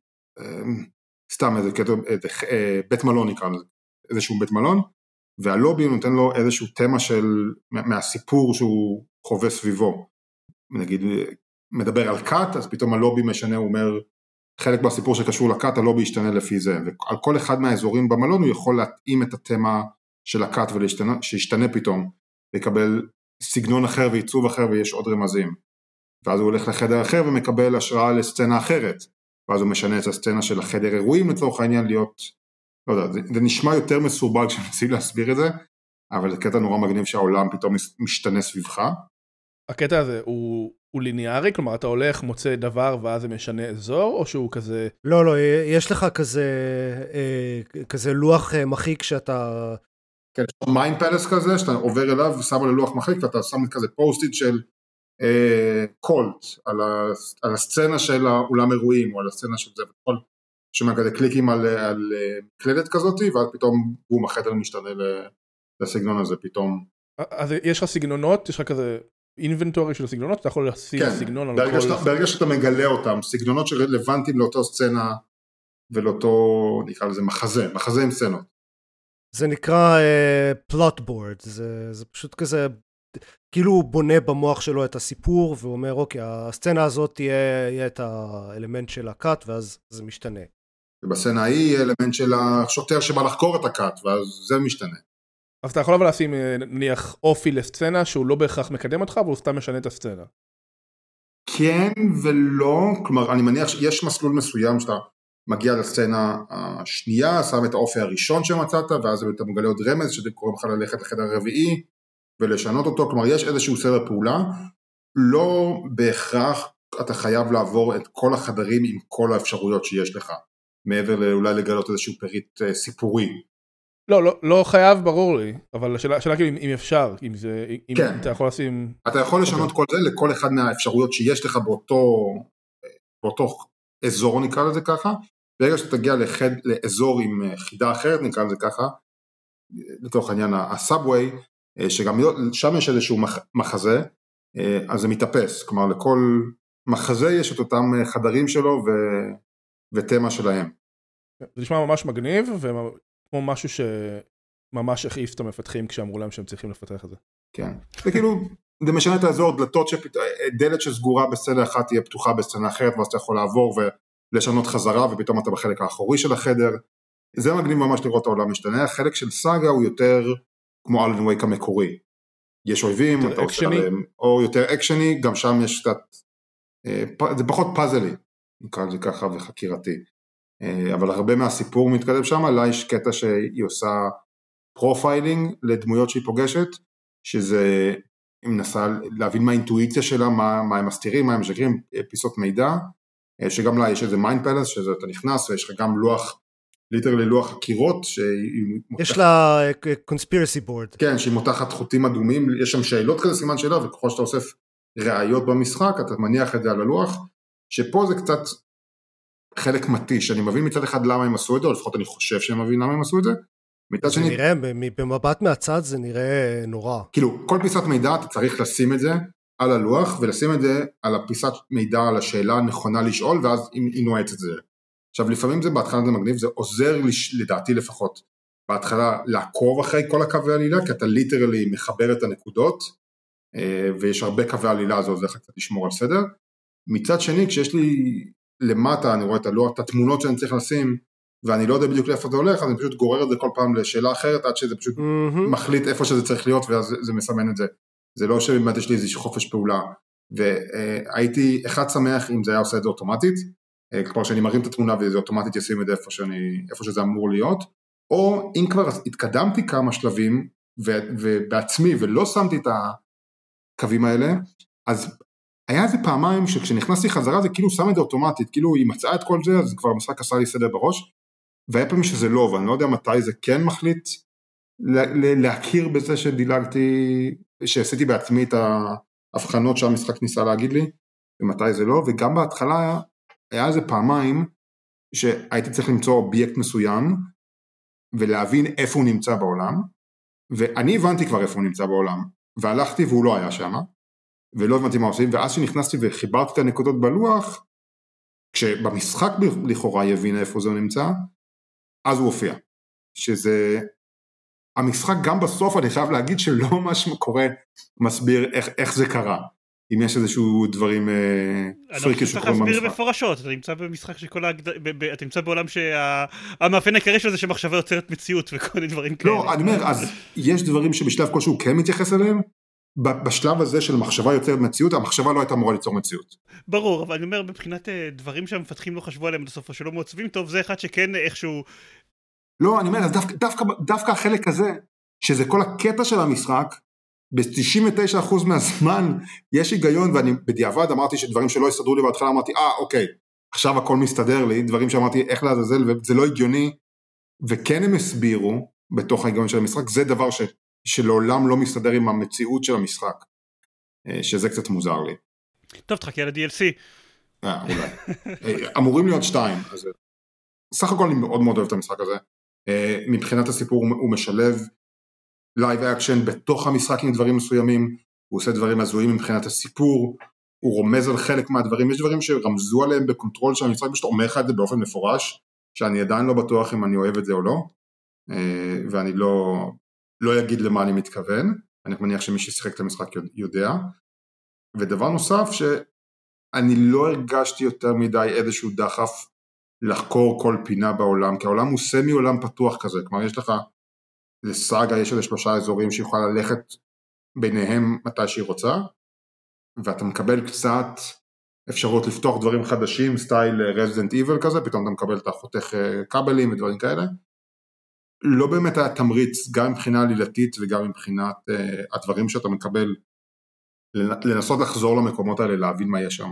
סתם איזה קטע, בית מלון נקרא לזה, איזשהו בית מלון, והלובי נותן לו איזשהו תמה של, מהסיפור שהוא חווה סביבו, נגיד, מדבר על קאט, אז פתאום הלובי משנה, הוא אומר, חלק מהסיפור שקשור לקאט, הלובי ישתנה לפי זה, ועל כל אחד מהאזורים במלון, הוא יכול להתאים את התמה של הקאט, ושישתנה פתאום, ויקבל סגנון אחר ועיצוב אחר, ויש עוד רמזים, ואז הוא הולך לחדר אחר, ומקבל השראה לסצנה אחרת, ואז הוא משנה את הסצנה של החדר אירועים, לצורך העניין להיות, לא יודע, זה, זה נשמע יותר מסורבל כשמנסים להסביר את זה, אבל זה קטע נורא מגניב שהעולם פתאום משתנה סביבך. הקטע הזה הוא, הוא ליניארי? כלומר, אתה הולך, מוצא דבר, ואז זה משנה אזור, או שהוא כזה... לא, לא, יש לך כזה, אה, כזה לוח מחיק שאתה... כן, מיינד פלס כזה, שאתה עובר אליו ושם על לוח מחיק, ואתה שם כזה פוסטיד של קולט, על, ה, על הסצנה של האולם אירועים, או על הסצנה של זה, וכל שומע כזה קליקים על, על קלדת כזאת, ואז פתאום בום, החדר משתנה לסגנון הזה, פתאום. אז יש לך סגנונות, יש לך כזה אינבנטורי של סגנונות, אתה יכול להשיג כן, סגנון על ברגע כל... שאתה, ברגע שאתה מגלה אותם, סגנונות שרלוונטיים לאותו סצנה, ולאותו, נקרא לזה מחזה, מחזה עם סצנות. זה נקרא פלוט uh, בורד, זה, זה פשוט כזה, כאילו הוא בונה במוח שלו את הסיפור, והוא אומר, אוקיי, הסצנה הזאת תהיה, יהיה את האלמנט של הקאט, ואז זה משתנה. ובסצנה ההיא אלמנט של השוטר שבא לחקור את הקאט, ואז זה משתנה. אז אתה יכול אבל לשים נניח אופי לסצנה שהוא לא בהכרח מקדם אותך, אבל הוא סתם משנה את הסצנה. כן ולא, כלומר אני מניח שיש מסלול מסוים שאתה מגיע לסצנה השנייה, שם את האופי הראשון שמצאת, ואז אתה מגלה עוד רמז שאתם קוראים לך ללכת לחדר הרביעי ולשנות אותו, כלומר יש איזשהו סדר פעולה, לא בהכרח אתה חייב לעבור את כל החדרים עם כל האפשרויות שיש לך, מעבר לאולי לגלות איזשהו פריט סיפורי. לא, לא, לא חייב, ברור לי, אבל השאלה, השאלה כאילו אם, אם אפשר, אם זה, אם כן. אתה יכול לשים... אתה יכול לשנות okay. כל זה לכל אחד מהאפשרויות שיש לך באותו, באותו אזור, נקרא לזה ככה, ברגע שאתה תגיע לחד, לאזור עם חידה אחרת, נקרא לזה ככה, לתוך העניין הסאבווי, שגם שם יש איזשהו מחזה, אז זה מתאפס, כלומר לכל מחזה יש את אותם חדרים שלו ו... ותמה שלהם. זה נשמע ממש מגניב, וכמו משהו שממש הכעיף את המפתחים כשאמרו להם שהם צריכים לפתח את זה. כן, זה כאילו, זה משנה את האזור, דלתות, שפת... דלת שסגורה בסצנה אחת תהיה פתוחה בסצנה אחרת, ואז אתה יכול לעבור ולשנות חזרה, ופתאום אתה בחלק האחורי של החדר. זה מגניב ממש לראות העולם משתנה. החלק של סאגה הוא יותר כמו אלן וייק המקורי. יש אויבים, אתה עושה עליהם, או יותר אקשני, גם שם יש קצת, זה פחות פאזלי, נקרא לזה ככה, וחקירתי. אבל הרבה מהסיפור מתקדם שם, לה יש קטע שהיא עושה פרופיילינג לדמויות שהיא פוגשת, שזה, היא מנסה להבין מה האינטואיציה שלה, מה, מה הם מסתירים, מה הם משקרים, פיסות מידע, שגם לה יש איזה מיינד פלס, שאתה נכנס, ויש לך גם לוח, ליטרלי לוח הקירות, יש לה קונספירסי בורד. כן, שהיא מותחת חוטים אדומים, יש שם שאלות כזה, סימן שאלה, וככל שאתה אוסף ראיות במשחק, אתה מניח את זה על הלוח, שפה זה קצת חלק מתיש, אני מבין מצד אחד למה הם עשו את זה, או לפחות אני חושב שהם מבין למה הם עשו את זה, מצד זה שני... נראה, במבט מהצד זה נראה נורא. כאילו, כל פיסת מידע אתה צריך לשים את זה על הלוח, ולשים את זה על הפיסת מידע, על השאלה הנכונה לשאול, ואז היא נועצת את זה. עכשיו, לפעמים זה בהתחלה זה מגניב, זה עוזר לדעתי לפחות, בהתחלה לעקוב אחרי כל הקווי עלילה, כי אתה ליטרלי מחבר את הנקודות, ויש הרבה קווי עלילה, אז זה עוזר קצת לשמור על סדר. מצד שני, כשיש לי למטה, אני רואה את הלוח, את התמונות שאני צריך לשים, ואני לא יודע בדיוק לאיפה זה הולך, אז אני פשוט גורר את זה כל פעם לשאלה אחרת, עד שזה פשוט mm-hmm. מחליט איפה שזה צריך להיות, ואז זה מסמן את זה. זה לא שבאמת יש לי איזושהי חופש פעולה, והייתי אחד שמח אם זה היה עושה את זה אוטומטית, כבר שאני מרים את התמונה וזה אוטומטית ישים את זה איפה, שאני, איפה שזה אמור להיות, או אם כבר התקדמתי כמה שלבים, ו- ובעצמי, ולא שמתי את הקווים האלה, אז היה איזה פעמיים שכשנכנסתי חזרה זה כאילו שם את זה אוטומטית, כאילו היא מצאה את כל זה, אז כבר המשחק עשה לי סדר בראש, והיה פעמים שזה לא, ואני לא יודע מתי זה כן מחליט להכיר בזה שדילגתי, שעשיתי בעצמי את ההבחנות שהמשחק ניסה להגיד לי, ומתי זה לא, וגם בהתחלה היה, היה איזה פעמיים שהייתי צריך למצוא אובייקט מסוים, ולהבין איפה הוא נמצא בעולם, ואני הבנתי כבר איפה הוא נמצא בעולם, והלכתי והוא לא היה שם, ולא הבנתי מה עושים, ואז שנכנסתי וחיברתי את הנקודות בלוח, כשבמשחק לכאורה יבין איפה זה נמצא, אז הוא הופיע. שזה, המשחק גם בסוף אני חייב להגיד שלא ממש קורה, מסביר איך, איך זה קרה, אם יש איזשהו דברים פריקי שקורים במשחק. אני להסביר מפורשות, אתה נמצא במשחק שכל ההגד... אתה נמצא בעולם שהמאפיין העיקרי של זה שמחשבה יוצרת מציאות וכל מיני דברים כאלה. לא, אני אומר, אז יש דברים שבשלב כלשהו כן מתייחס אליהם, בשלב הזה של מחשבה יוצרת מציאות, המחשבה לא הייתה אמורה ליצור מציאות. ברור, אבל אני אומר, מבחינת דברים שהמפתחים לא חשבו עליהם בסוף, או שלא מעוצבים טוב, זה אחד שכן איכשהו... לא, אני אומר, אז דווקא, דווקא, דווקא החלק הזה, שזה כל הקטע של המשחק, ב-תשעים ותשעה אחוז מהזמן יש היגיון, ואני בדיעבד אמרתי שדברים שלא הסתדרו לי בהתחלה, אמרתי, אה, אוקיי, עכשיו הכל מסתדר לי, דברים שאמרתי, איך לעזאזל, וזה לא הגיוני, וכן הם הסבירו, בתוך ההיגיון של המשחק, זה דבר ש... שלעולם לא מסתדר עם המציאות של המשחק. שזה קצת מוזר לי. טוב, תחכה ל-די אל סי. אה, אולי. אמורים להיות שתיים, אז סך הכל אני מאוד מאוד אוהב את המשחק הזה. מבחינת הסיפור הוא משלב לייב אקשן בתוך המשחק עם דברים מסוימים, הוא עושה דברים הזויים מבחינת הסיפור, הוא רומז על חלק מהדברים, יש דברים שרמזו עליהם בקונטרול של המשחק, פשוט אומר לך את זה באופן מפורש, שאני עדיין לא בטוח אם אני אוהב את זה או לא, ואני לא, לא אגיד למה אני מתכוון, אני מניח שמי ששיחק את המשחק יודע, ודבר נוסף שאני לא הרגשתי יותר מדי איזשהו דחף לחקור כל פינה בעולם, כי העולם הוא סמי עולם פתוח כזה, כלומר יש לך לסאגה, יש איזה שלושה אזורים שיכולה ללכת ביניהם מתי שהיא רוצה, ואתה מקבל קצת אפשרות לפתוח דברים חדשים, סטייל Resident Evil כזה, פתאום אתה מקבל את החותך כבלים ודברים כאלה, לא באמת היה תמריץ, גם מבחינה עלילתית וגם מבחינת uh, הדברים שאתה מקבל, לנסות לחזור למקומות האלה, להבין מה יש שם.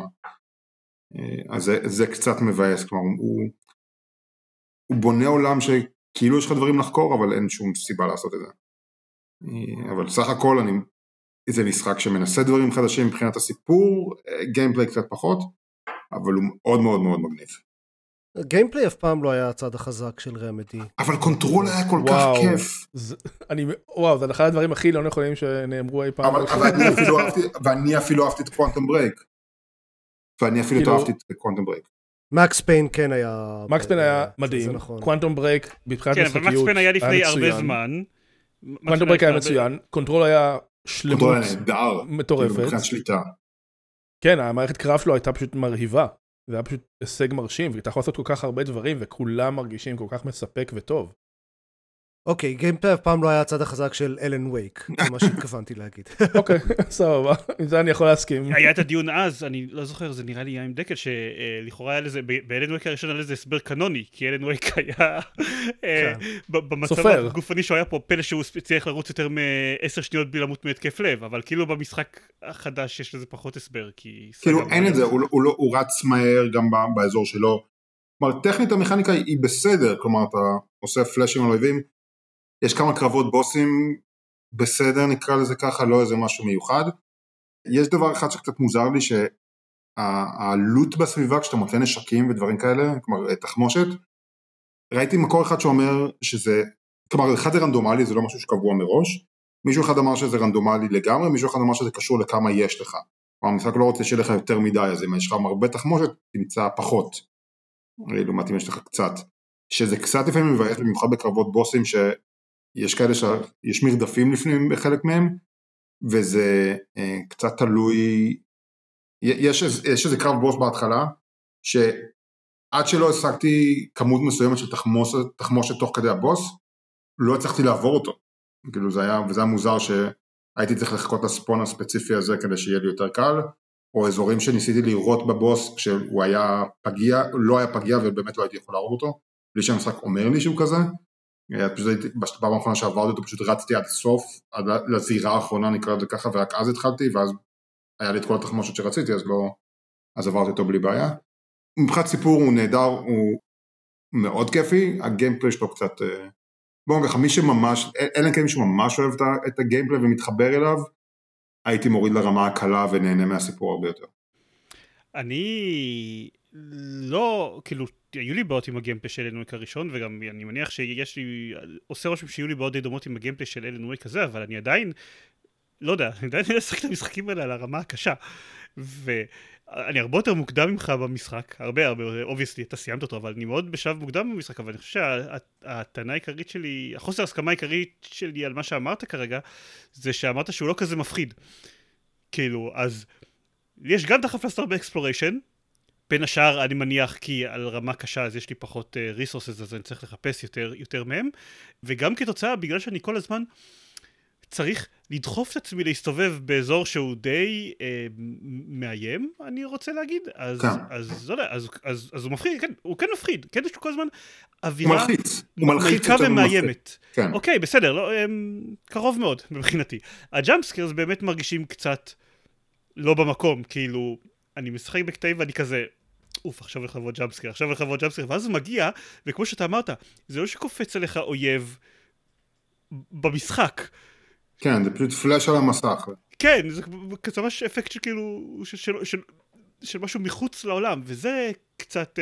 Uh, אז זה, זה קצת מבאס, כלומר, הוא, הוא בונה עולם שכאילו יש לך דברים לחקור, אבל אין שום סיבה לעשות את זה. Uh, אבל סך הכל, אני, זה משחק שמנסה דברים חדשים מבחינת הסיפור, גיימפליי קצת פחות, אבל הוא מאוד מאוד מאוד מגניב. גיימפליי אף פעם לא היה הצד החזק של רמדי. אבל קונטרול היה כל כך כיף. אני, וואו, זה אחד הדברים הכי לא נכונים שנאמרו אי פעם. ואני אפילו אהבתי את קוונטום ברייק. ואני אפילו אהבתי את קוונטום ברייק. מקס פיין כן היה... מקס פיין היה מדהים. קוונטום ברייק, מבחינת משחקיות, כן, אבל מקס פיין היה לפני הרבה זמן. קוונטום ברייק היה מצוין. קונטרול היה שלמות מטורפת. מבחינת שליטה. כן, המערכת קרב שלו הייתה פשוט מרהיבה. זה היה פשוט הישג מרשים, ואתה יכול לעשות כל כך הרבה דברים, וכולם מרגישים כל כך מספק וטוב. אוקיי, גיימפליי אף פעם לא היה הצד החזק של אלן וייק, זה מה שהתכוונתי להגיד. אוקיי, סבבה, עם זה אני יכול להסכים. היה את הדיון אז, אני לא זוכר, זה נראה לי היה עם דקל, שלכאורה היה לזה, באלן וייק הראשון היה לזה הסבר קנוני, כי אלן וייק היה במצב הגופני שהוא היה פה פלא שהוא צריך לרוץ יותר מעשר שניות בלי למות מהתקף לב, אבל כאילו במשחק החדש יש לזה פחות הסבר, כי... כאילו אין את זה, הוא רץ מהר גם באזור שלו. כלומר, טכנית המכניקה היא בסדר, כלומר, אתה עושה פלאשים על אויבים, יש כמה קרבות בוסים בסדר, נקרא לזה ככה, לא איזה משהו מיוחד. יש דבר אחד שקצת מוזר לי, שהלוט בסביבה, כשאתה מוצא נשקים ודברים כאלה, כלומר, תחמושת, ראיתי מקור אחד שאומר שזה, כלומר, אחד זה רנדומלי, זה לא משהו שקבוע מראש, מישהו אחד אמר שזה רנדומלי לגמרי, מישהו אחד אמר שזה קשור לכמה יש לך. כלומר, המשחק לא רוצה שיהיה לך יותר מדי, אז אם יש לך הרבה תחמושת, תמצא פחות. לעומת אם יש לך קצת. שזה קצת לפעמים מבאס, במיוחד בקרבות בוסים, שיש כאלה שיש מרדפים לפעמים בחלק מהם, וזה אה, קצת תלוי, יש, יש איזה קרב בוס בהתחלה, שעד שלא השגתי כמות מסוימת של תחמושת, תחמושת תוך כדי הבוס, לא הצלחתי לעבור אותו. כאילו זה היה, וזה היה מוזר שהייתי צריך לחכות לספון הספציפי הזה, כדי שיהיה לי יותר קל, או אזורים שניסיתי לראות בבוס, כשהוא היה פגיע, לא היה פגיע, ובאמת לא הייתי יכול להרוג אותו, בלי שהמשחק אומר לי שהוא כזה, בפעם האחרונה שעברתי אותו, פשוט רצתי עד סוף, עד לזירה האחרונה נקרא את זה ככה, ורק אז התחלתי, ואז היה לי את כל התחמושות שרציתי, אז לא, אז עברתי אותו בלי בעיה. מבחינת סיפור הוא נהדר, הוא מאוד כיפי, הגיימפליי שלו קצת, בואו ככה, מי שממש, אין כאלה מישהו ממש אוהב את הגיימפליי ומתחבר אליו, הייתי מוריד לרמה הקלה ונהנה מהסיפור הרבה יותר. אני לא, כאילו, היו לי בעיות עם הגיימפליי של אלן וויק הראשון, וגם אני מניח שיש לי, עושה רושם שיהיו לי בעיות די דומות עם הגיימפליי של אלן וויק הזה, אבל אני עדיין, לא יודע, אני עדיין אשחק את המשחקים האלה על הרמה הקשה, ואני הרבה יותר מוקדם ממך במשחק, הרבה הרבה, obviously אתה סיימת אותו, אבל אני מאוד בשלב מוקדם במשחק, אבל אני חושב שהטענה העיקרית שלי, החוסר הסכמה העיקרית שלי על מה שאמרת כרגע, זה שאמרת שהוא לא כזה מפחיד. כאילו, אז יש גם דחף לעשות הרבה אקספלוריישן, בין השאר אני מניח כי על רמה קשה אז יש לי פחות ריסורסס, אז אני צריך לחפש יותר, יותר מהם, וגם כתוצאה, בגלל שאני כל הזמן צריך לדחוף את עצמי להסתובב באזור שהוא די אה, מאיים, אני רוצה להגיד, אז, אז, אז, אז, אז, אז הוא מפחיד, כן, הוא כן מפחיד, כן, יש לו כל הזמן אווירה מלכה ומאיימת. כן. אוקיי, בסדר, לא, הם, קרוב מאוד מבחינתי. הג'אמפסקרס באמת מרגישים קצת לא במקום, כאילו, אני משחק בקטעים ואני כזה, אוף, עכשיו הולך לבוא ג'אמפסקר, עכשיו הולך לבוא ג'אמפסקר, ואז הוא מגיע, וכמו שאתה אמרת, זה לא שקופץ עליך אויב במשחק. כן, זה פשוט פלאש על המסך. כן, זה כזה ממש אפקט שכאילו, של משהו מחוץ לעולם, וזה קצת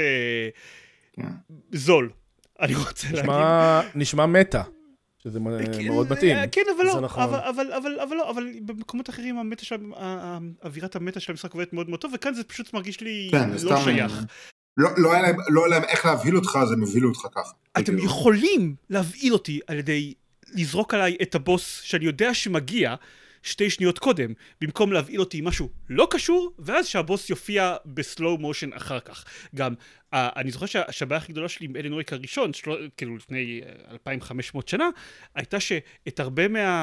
זול, אני רוצה להגיד. נשמע מטה, שזה מאוד מתאים. כן, אבל לא, אבל לא, אבל במקומות אחרים המטה של, אווירת המטה של המשחק עובדת מאוד מאוד טוב, וכאן זה פשוט מרגיש לי לא שייך. לא היה להם איך להבהיל אותך, אז הם הבהילו אותך ככה. אתם יכולים להבהיל אותי על ידי לזרוק עליי את הבוס שאני יודע שמגיע שתי שניות קודם, במקום להבהיל אותי משהו לא קשור, ואז שהבוס יופיע בסלואו מושן אחר כך. גם, אני זוכר שהבעיה הכי גדולה שלי עם אלן ווייק הראשון, כאילו לפני אלפיים וחמש מאות שנה, הייתה שאת הרבה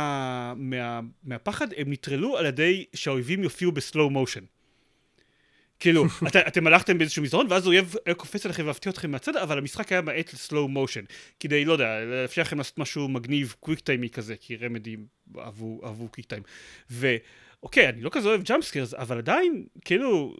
מהפחד הם נטרלו על ידי שהאויבים יופיעו בסלואו מושן. כאילו, אתם הלכתם באיזשהו מסדרון, ואז האויב היה קופץ עליכם והפתיע אתכם מהצד, אבל המשחק היה מעט לסלואו מושן, כדי, לא יודע, לאפשר לכם לעשות משהו מגניב, קוויק טיימי כזה, כי רמדים אהבו קוויק טיים. ואוקיי, אני לא כזה אוהב ג'אמפסקרס, אבל עדיין, כאילו,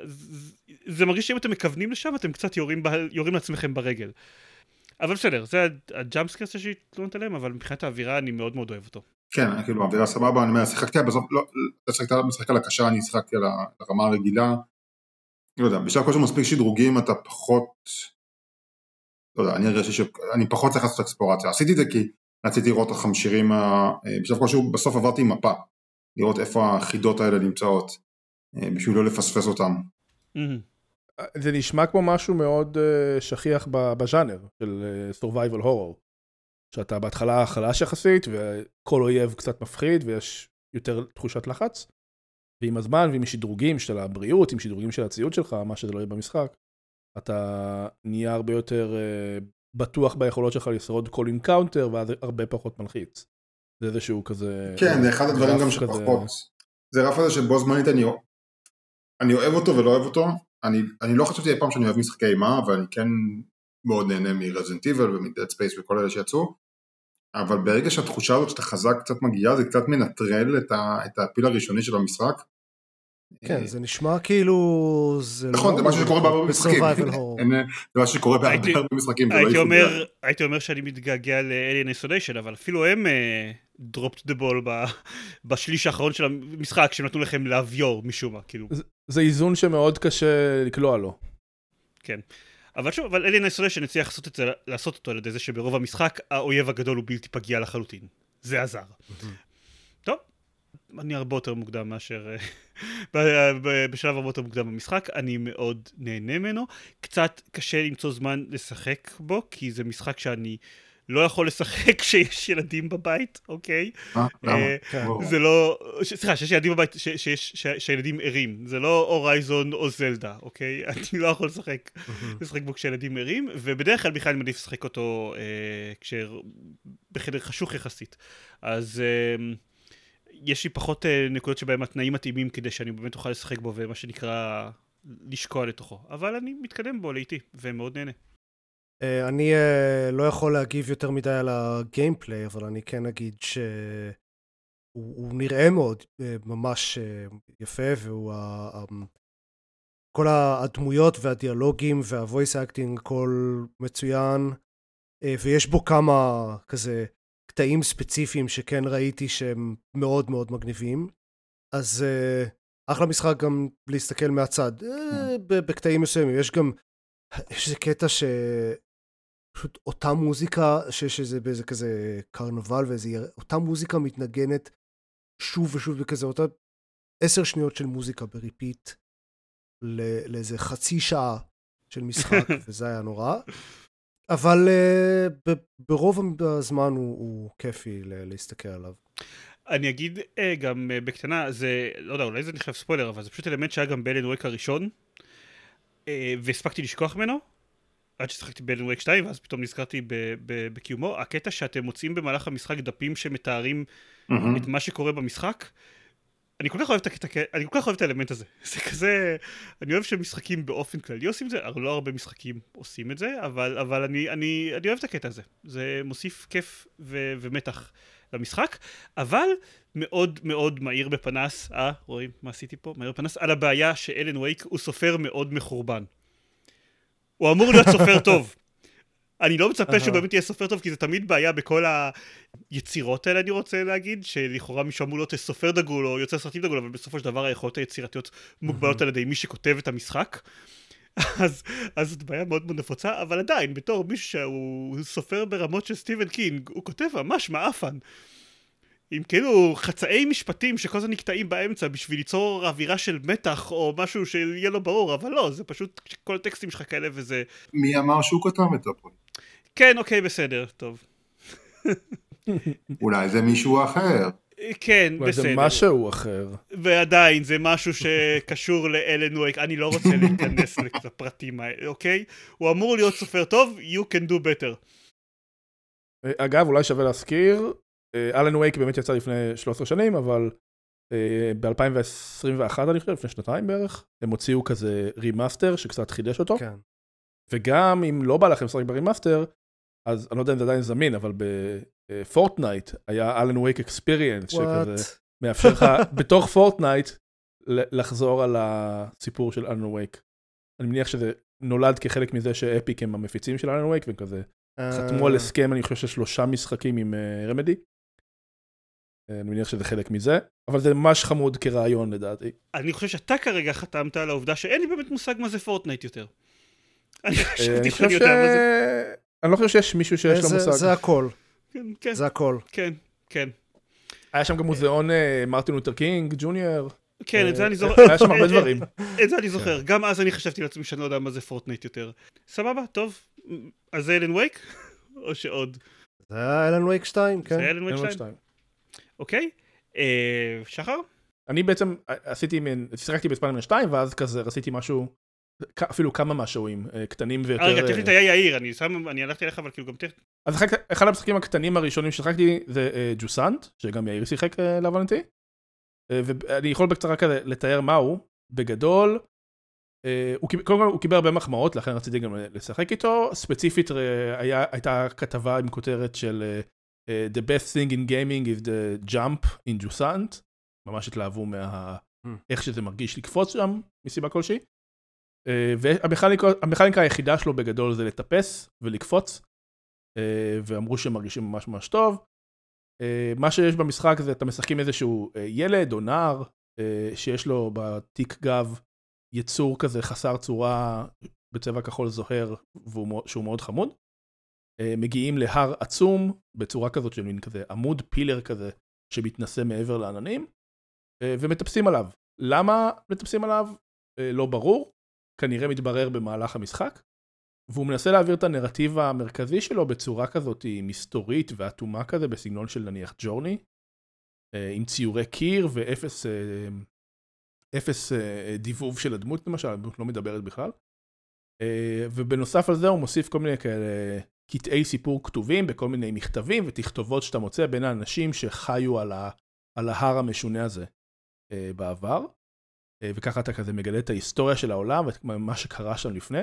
זה מרגיש שאם אתם מכוונים לשם, אתם קצת יורים לעצמכם ברגל. אבל בסדר, זה הג'אמפסקרס שיש לי תלונות עליהם, אבל מבחינת האווירה אני מאוד מאוד אוהב אותו. כן, כאילו, האווירה סבבה, אני אומר, שיחקתי בסוף, לא, שיחקתי משחק על הקשה, אני שיחקתי על הרמה הרגילה, לא יודע, בשלב כלשהו מספיק שדרוגים, אתה פחות, לא יודע, אני הרגשתי שאני פחות צריך לעשות אקספלורציה, עשיתי את זה כי רציתי לראות איך המשירים, בשלב כלשהו בסוף עברתי עם מפה, לראות איפה החידות האלה נמצאות, בשביל לא לפספס אותם. זה נשמע כמו משהו מאוד שכיח בז'אנר של survival horror, שאתה בהתחלה חלש יחסית, וכל אויב קצת מפחיד, ויש יותר תחושת לחץ, ועם הזמן, ועם שדרוגים של הבריאות, עם שדרוגים של הציוד שלך, מה שזה לא יהיה במשחק, אתה נהיה הרבה יותר uh, בטוח ביכולות שלך לשרוד כל אינקאונטר, ואז הרבה פחות מלחיץ. זה איזשהו כזה... כן, זה אחד הדברים גם שפחות. זה רף הזה שבו זמנית אני, אני אוהב אותו ולא אוהב אותו. אני, אני לא חשבתי אי פעם שאני אוהב משחקי אימה, אבל אני כן מאוד נהנה מ-Resident Evil ומ-Dead Space וכל אלה שיצאו. אבל ברגע שהתחושה הזאת שאתה חזק קצת מגיעה, זה קצת מנטרל את, ה, את הפיל הראשוני של המשחק. כן, זה נשמע כאילו... נכון, זה משהו שקורה בהרבה במשחקים. זה משהו שקורה בהרבה במשחקים. הייתי אומר שאני מתגעגע ל-Alien Isolation, אבל אפילו הם dropped the ball בשליש האחרון של המשחק, שהם נתנו לכם להביור משום מה, כאילו. זה איזון שמאוד קשה לקלוע לו. כן. אבל שוב, אבל Alien Isolation הצליח לעשות את זה, לעשות אותו על ידי זה שברוב המשחק, האויב הגדול הוא בלתי פגיע לחלוטין. זה עזר. טוב, אני הרבה יותר מוקדם מאשר, בשלב הרבה יותר מוקדם במשחק, אני מאוד נהנה ממנו. קצת קשה למצוא זמן לשחק בו, כי זה משחק שאני לא יכול לשחק כשיש ילדים בבית, אוקיי? זה לא, סליחה, שיש ילדים בבית, שהילדים ערים, זה לא הורייזון או זלדה, אוקיי? אני לא יכול לשחק, לשחק בו כשילדים ערים, ובדרך כלל בכלל אני מעדיף לשחק אותו בחדר חשוך יחסית. אז יש לי פחות נקודות שבהם התנאים מתאימים כדי שאני באמת אוכל לשחק בו, ומה שנקרא לשקוע לתוכו. אבל אני מתקדם בו לעיתי, ומאוד נהנה. אני לא יכול להגיב יותר מדי על הגיימפליי, אבל אני כן אגיד שהוא נראה מאוד ממש יפה, והוא כל הדמויות והדיאלוגים והוויס אקטינג הכל מצוין, ויש בו כמה כזה קטעים ספציפיים שכן ראיתי שהם מאוד מאוד מגניבים, אז אחלה משחק גם להסתכל מהצד, בקטעים מסוימים. יש גם, יש איזה קטע ש... פשוט אותה מוזיקה, שיש איזה באיזה כזה קרנבל, ואיזה, אותה מוזיקה מתנגנת שוב ושוב בכזה, אותה עשר שניות של מוזיקה בריפיט, לאיזה חצי שעה של משחק, וזה היה נורא. אבל uh, ברוב הזמן הוא, הוא כיפי להסתכל עליו. אני אגיד uh, גם uh, בקטנה, זה, לא יודע, אולי זה נחשב ספוילר, אבל זה פשוט אלמנט שהיה גם באלן ווייק הראשון, uh, והספקתי לשכוח ממנו, עד ששחקתי באלן ווייק שתיים, ואז פתאום נזכרתי בקיומו. הקטע שאתם מוצאים במהלך המשחק דפים שמתארים את מה שקורה במשחק, אני כל כך אוהב את הקטע, אני כל כך אוהב את האלמנט הזה. זה כזה, אני אוהב שמשחקים באופן כללי עושים את זה, לא הרבה משחקים עושים את זה, אבל, אבל אני, אני, אני אוהב את הקטע הזה. זה מוסיף כיף ו- ומתח למשחק, אבל מאוד מאוד מהיר בפנס, אה, רואים מה עשיתי פה? מהיר בפנס, על הבעיה שאלן ווייק הוא סופר מאוד מחורבן. הוא אמור להיות סופר טוב. אני לא מצפה שהוא אהה. באמת יהיה סופר טוב, כי זה תמיד בעיה בכל היצירות האלה, אני רוצה להגיד, שלכאורה מישהו אמור להיות סופר דגול, או יוצר סרטים דגול, אבל בסופו של דבר היכולות היצירתיות מוגבלות על ידי מי שכותב את המשחק. אז, אז זאת בעיה מאוד מאוד נפוצה, אבל עדיין, בתור מישהו שהוא סופר ברמות של סטיבן קינג, הוא כותב ממש מעפן. עם כאילו חצאי משפטים שכל זה נקטעים באמצע בשביל ליצור אווירה של מתח או משהו שיהיה לו ברור, אבל לא, זה פשוט כל הטקסטים שלך כאלה וזה... מי אמר שהוא כתב את הפרויקט? כן, אוקיי, בסדר, טוב. אולי זה מישהו אחר. כן, אולי זה בסדר. משהו אחר. ועדיין, זה משהו שקשור לאלן וייק, אני לא רוצה להיכנס לפרטים האלה, אוקיי? הוא אמור להיות סופר טוב, you can do better. אגב, אולי שווה להזכיר, אלן וייק באמת יצא לפני שלוש עשרה שנים, אבל ב-אלפיים עשרים ואחת אני חושב, לפני שנתיים בערך, הם הוציאו כזה רימאסטר שקצת חידש אותו. כן. וגם אם לא בא לכם לשחק ברימאסטר, אז אני לא יודע אם זה עדיין זמין, אבל בפורטנייט היה אלן וייק אקספיריאנס, שכזה מאפשר לך בתוך פורטנייט לחזור על הסיפור של אלן וייק. אני מניח שזה נולד כחלק מזה שאפיק הם המפיצים של אלן וייק, וכזה חתמו על הסכם, אני חושב ששלושה משחקים עם רמדי. אני מניח שזה חלק מזה, אבל זה ממש חמוד כרעיון לדעתי. אני חושב שאתה כרגע חתמת על העובדה שאין לי באמת מושג מה זה פורטנייט יותר. אני חשבתי שאני יודע מה זה. אני לא חושב שיש מישהו שיש לו מושג. זה הכל. כן, כן. זה הכל. כן, כן. היה שם גם מוזיאון מרטין לותר קינג, ג'וניור. כן, את זה אני זוכר. היה שם הרבה דברים. את זה אני זוכר. גם אז אני חשבתי לעצמי שאני לא יודע מה זה פורטנייט יותר. סבבה, טוב. אז זה אלן וייק? או שעוד? זה היה אלן וייק שתיים, כן. זה אלן וייק שתיים. אוקיי. שחר? אני בעצם עשיתי, שיחקתי בספיידרמן שתיים, ואז כזה עשיתי משהו, אפילו כמה משהוים, קטנים ויותר... רגע, טכנית היה יאיר, אני הלכתי אליך, אבל כאילו גם טכנית. אז אחד המשחקים הקטנים הראשונים ששיחקתי זה ג'וסנט, שגם יאיר שיחק להבנתי, ואני יכול בקצרה כזה לתאר מהו, בגדול, קודם כל הוא קיבל הרבה מחמאות, לכן רציתי גם לשחק איתו, ספציפית הייתה כתבה עם כותרת של The best thing in gaming is the jump in ג'וסנט, ממש התלהבו מה... איך שזה מרגיש לקפוץ שם, מסיבה כלשהי. והמכניקה היחידה שלו בגדול זה לטפס ולקפוץ, ואמרו שהם מרגישים ממש ממש טוב. מה שיש במשחק זה, אתה משחקים איזשהו ילד או נער, שיש לו בתיק גב יצור כזה חסר צורה, בצבע כחול זוהר, שהוא מאוד חמוד. מגיעים להר עצום, בצורה כזאת של מין כזה עמוד פילר כזה, שמתנסה מעבר לעננים, ומטפסים עליו. למה מטפסים עליו? לא ברור. כנראה מתברר במהלך המשחק, והוא מנסה להעביר את הנרטיב המרכזי שלו בצורה כזאת מסתורית ואטומה כזה, בסגנון של נניח ג'ורני, עם ציורי קיר ואפס אפס דיבוב של הדמות למשל, הדמות לא מדברת בכלל. ובנוסף על זה הוא מוסיף כל מיני כאלה קטעי סיפור כתובים, בכל מיני מכתבים ותכתובות שאתה מוצא בין האנשים שחיו על, ה, על ההר המשונה הזה בעבר. וככה אתה כזה מגלה את ההיסטוריה של העולם ומה שקרה שם לפני.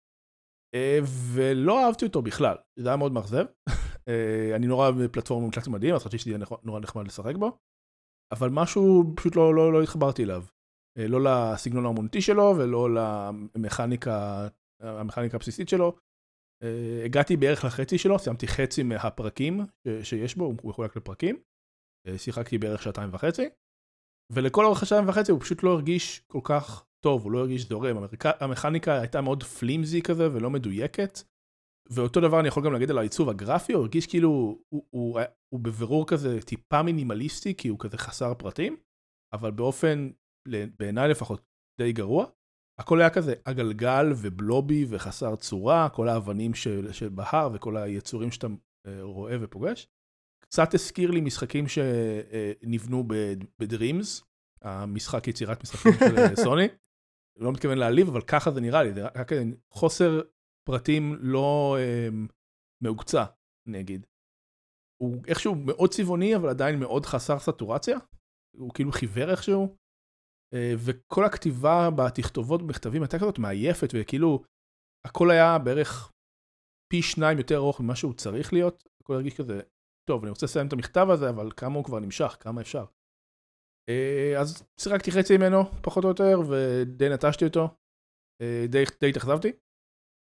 ולא אהבתי אותו בכלל, זה היה מאוד מאכזב. אני נורא אוהב פלטפורמה מקלט מדהים, אז חשבתי שזה יהיה נורא נחמד לשחק בו, אבל משהו פשוט לא, לא, לא התחברתי אליו. לא לסגנון האמנותי שלו ולא למכניקה, המכניקה הבסיסית שלו. הגעתי בערך לחצי שלו, סיימתי חצי מהפרקים שיש בו, הוא מחולק לפרקים. שיחקתי בערך שעתיים וחצי. ולכל אורך השעתיים וחצי הוא פשוט לא הרגיש כל כך טוב, הוא לא הרגיש זורם. המכניקה הייתה מאוד פלימזי כזה ולא מדויקת. ואותו דבר אני יכול גם להגיד על העיצוב הגרפי, הוא הרגיש כאילו, הוא, הוא, הוא בבירור כזה טיפה מינימליסטי, כי הוא כזה חסר פרטים, אבל באופן, בעיניי לפחות, די גרוע. הכל היה כזה עגלגל ובלובי וחסר צורה, כל האבנים של, של בהר וכל היצורים שאתה רואה ופוגש. קצת הזכיר לי משחקים שנבנו בדרימס, המשחק יצירת משחקים של סוני. לא מתכוון להעליב, אבל ככה זה נראה לי, זה רק חוסר פרטים לא מהוקצה, נגיד. הוא איכשהו מאוד צבעוני, אבל עדיין מאוד חסר סטורציה. הוא כאילו חיוור איכשהו. וכל הכתיבה בתכתובות במכתבים הייתה כזאת מעייפת, וכאילו הכל היה בערך פי שניים יותר ארוך ממה שהוא צריך להיות. הכל הרגיש כזה, טוב, אני רוצה לסיים את המכתב הזה, אבל כמה הוא כבר נמשך, כמה אפשר. אז שיחקתי חצי ממנו, פחות או יותר, ודי נטשתי אותו. די, די התאכזבתי.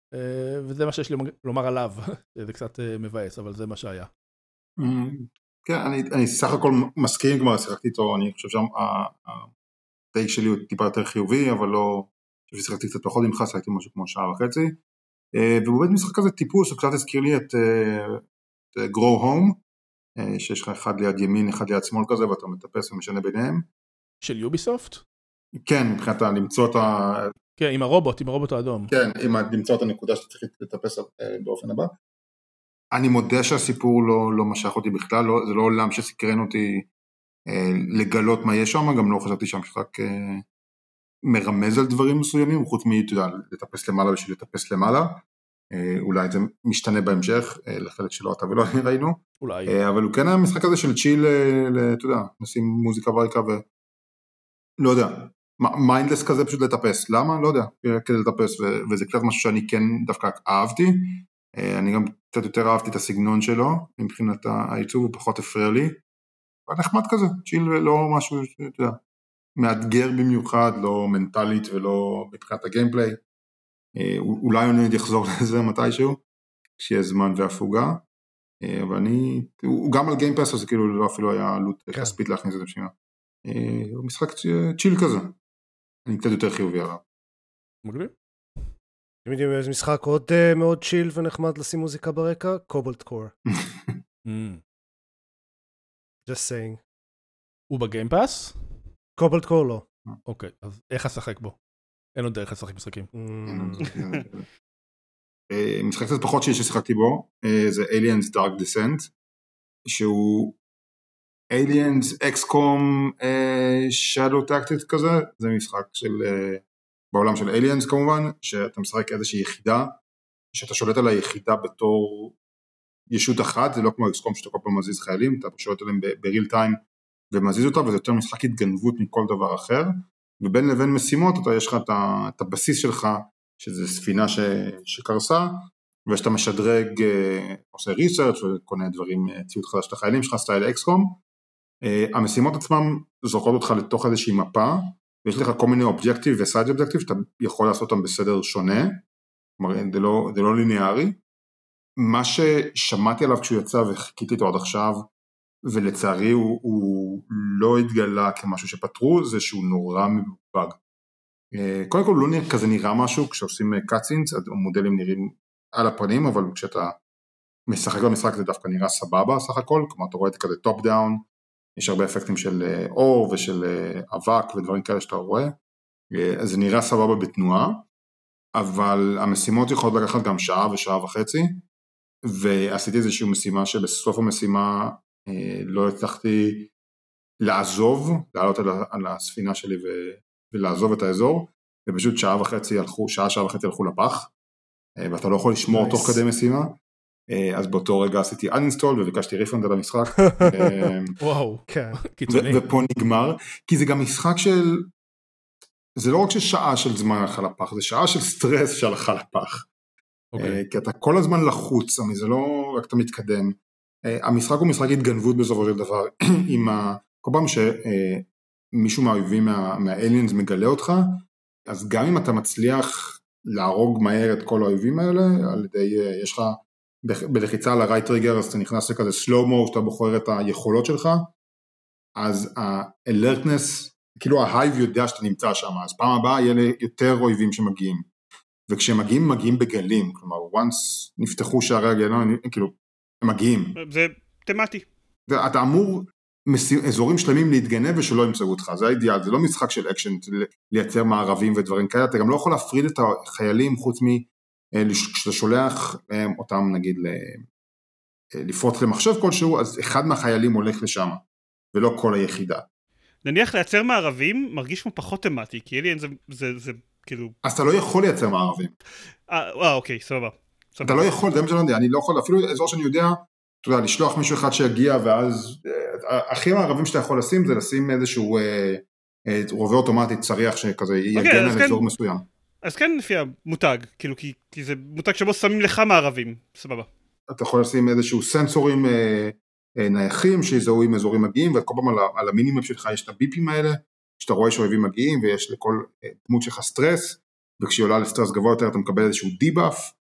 וזה מה שיש לי לומר עליו, זה קצת מבאס, אבל זה מה שהיה. כן, אני סך הכל מסכים, כבר שיחקתי איתו, אני חושב שהטייק שלי הוא טיפה יותר חיובי, אבל לא, שיחקתי קצת פחות ממך, שיחקתי משהו כמו שעה וחצי, והוא באמת משחק כזה טיפוס, הוא קצת הזכיר לי את Grow Home, שיש לך אחד ליד ימין, אחד ליד שמאל כזה, ואתה מטפס ומשנה ביניהם. של יוביסופט? כן, מבחינת למצוא את ה... כן, עם הרובוט, עם הרובוט האדום. כן, עם למצוא את הנקודה שאתה צריך לטפס באופן הבא. אני מודה שהסיפור לא, לא משך אותי בכלל, לא, זה לא עולם שסקרן אותי אה, לגלות מה יש שם, גם לא חשבתי שהמשחק אה, מרמז על דברים מסוימים, חוץ מי, אתה יודע, לטפס למעלה בשביל לטפס למעלה, אה, אולי זה משתנה בהמשך, אה, לחלק שלא אתה ולא אני ראינו, אולי. אה, אבל הוא כן היה משחק הזה של צ'יל, אה, אתה יודע, נשים מוזיקה ברקע ו... לא יודע, מיינדלס כזה פשוט לטפס, למה? לא יודע, כדי לטפס, ו- וזה קצת משהו שאני כן דווקא אהבתי, אני גם קצת יותר אהבתי את הסגנון שלו, מבחינת העיצוב הוא פחות הפריע לי, נחמד כזה, צ'יל לא משהו, אתה יודע, מאתגר במיוחד, לא מנטלית ולא מבחינת הגיימפליי, אולי אני עוד יחזור לזה מתישהו, כשיהיה זמן והפוגה, אבל אני, הוא גם על גיימפס, אז כאילו לא אפילו היה עלות כספית להכניס את זה בשבילה. הוא משחק צ'יל כזה, אני קצת יותר חיובי עליו. מגניב. אתם יודעים איזה משחק עוד מאוד צ'יל ונחמד לשים מוזיקה ברקע? קובלט קור. Just saying. הוא בגיימפאס? קובלט קור לא. אוקיי, אז איך אשחק בו? אין עוד דרך לשחק משחקים. משחק קצת פחות ששיחקתי בו, זה Aliens Dark Descent, שהוא Aliens, אקס קום, Shadow Tactics כזה, זה משחק של, בעולם של Aliens כמובן, שאתה משחק איזושהי יחידה, שאתה שולט על היחידה בתור ישות אחת, זה לא כמו אקס קום שאתה כל פעם מזיז חיילים, אתה שולט עליהם בריל טיים ומזיז אותה, וזה יותר משחק התגנבות מכל דבר אחר, ובין לבין משימות, אתה יש לך את, את הבסיס שלך, שזה ספינה ש, שקרסה, ושאתה משדרג, עושה ריסרצ' וקונה דברים, ציוד חדש לחיילים שלך, סטייל אקס קום, Uh, המשימות עצמם זורקות אותך לתוך איזושהי מפה, ויש לך כל מיני אובג'קטיב וסייד אובג'קטיב, שאתה יכול לעשות אותם בסדר שונה, כלומר זה לא, זה לא ליניארי. מה ששמעתי עליו כשהוא יצא וחיכיתי איתו עד עכשיו, ולצערי הוא, הוא לא התגלה כמשהו שפתרו, זה שהוא נורא מבוג. Uh, קודם כל הוא לא נראה, כזה נראה משהו, כשעושים קאצינס, המודלים נראים על הפנים, אבל כשאתה משחק במשחק זה דווקא נראה סבבה סך הכל, כלומר אתה רואה את כזה טופ דאון, יש הרבה אפקטים של אור ושל אבק ודברים כאלה שאתה רואה, אז זה נראה סבבה בתנועה, אבל המשימות יכולות לקחת גם שעה ושעה וחצי, ועשיתי איזושהי משימה שבסוף המשימה לא הצלחתי לעזוב, לעלות על הספינה שלי ולעזוב את האזור, ופשוט שעה וחצי הלכו, שעה שעה וחצי הלכו לפח, ואתה לא יכול לשמור תוך כדי משימה, אז באותו רגע עשיתי uninstall וביקשתי ריפנד על המשחק. וואו, קיצוני. ופה נגמר, כי זה גם משחק של, זה לא רק ששעה של זמן הלכה לפח, זה שעה של סטרס שהלכה לפח. כי אתה כל הזמן לחוץ, זה לא רק אתה מתקדם. המשחק הוא משחק התגנבות בסופו של דבר, כל פעם שמישהו מהאויבים מהאליאנס מגלה אותך, אז גם אם אתה מצליח להרוג מהר את כל האויבים האלה, על ידי, יש לך, בלחיצה על ה-right trigger, אז אתה נכנס לכזה slow-mo, שאתה בוחר את היכולות שלך, אז ה-alertness, כאילו ה-hive יודע שאתה נמצא שם, אז פעם הבאה יהיה לי יותר אויבים שמגיעים, וכשהם מגיעים, מגיעים בגלים, כלומר, once נפתחו שערי הגלים, כאילו, הם מגיעים. זה תמטי. אתה אמור אזורים שלמים להתגנב ושלא ימצאו אותך, זה האידיאל, זה לא משחק של אקשן, לייצר מערבים ודברים כאלה, אתה גם לא יכול להפריד את החיילים חוץ מ... כשאתה שולח אותם נגיד לפרוץ למחשב כלשהו, אז אחד מהחיילים הולך לשם, ולא כל היחידה. נניח לייצר מערבים מרגיש כמו פחות תמטי, כי אליאן זה, זה, זה כאילו... אז אתה לא יכול לייצר מערבים. אה, אוקיי, סבבה. אתה לא יכול, זה מה שאני יודע, אני לא יכול, אפילו אזור שאני יודע, אתה יודע, לשלוח מישהו אחד שיגיע, ואז, הכי מערבים שאתה יכול לשים, זה לשים איזשהו רובה אוטומטי צריח שכזה יגן על אזור מסוים. אז כן לפי המותג, כאילו, כי, כי זה מותג שבו שמים לך מערבים, סבבה. אתה יכול לשים איזשהו סנסורים אה, אה, נייחים שיזהו עם אזורים מגיעים, וכל פעם על, על המינימום שלך יש את הביפים האלה, שאתה רואה שאויבים מגיעים, ויש לכל אה, דמות שלך סטרס, וכשהיא עולה לסטרס גבוה יותר אתה מקבל איזשהו דיבאף,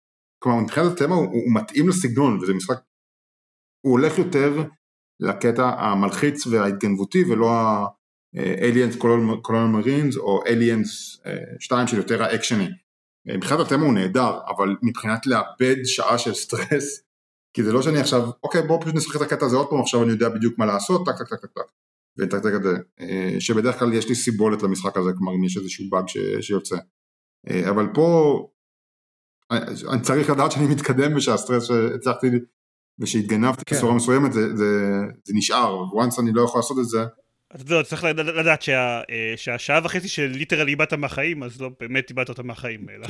כלומר, מבחינת התמה הוא, הוא מתאים לסגנון, וזה משחק, הוא הולך יותר לקטע המלחיץ וההתגנבותי, ולא ה-Aliens Colonial Marines, או Aliens שתיים של יותר האקשני. מבחינת התמה הוא נהדר, אבל מבחינת לאבד שעה של סטרס, כי זה לא שאני עכשיו, אוקיי, בואו פשוט נשחק את הקטע הזה עוד פעם, עכשיו אני יודע בדיוק מה לעשות, טק, טק, טק, טק, טק, וטק, טק, טק, שבדרך כלל יש לי סיבולת למשחק הזה, כלומר, אם יש איזשהו באג שיוצא. אבל פה, אני צריך לדעת שאני מתקדם, ושהסטרס שהצלחתי, ושהתגנבתי בצורה מסוימת, זה נשאר, once אני לא יכול לעשות את זה. אתה צריך לדעת שהשעה וחצי של ליטרלי איבדת מהחיים, אז לא באמת איבדת אותה מהחיים, אלא.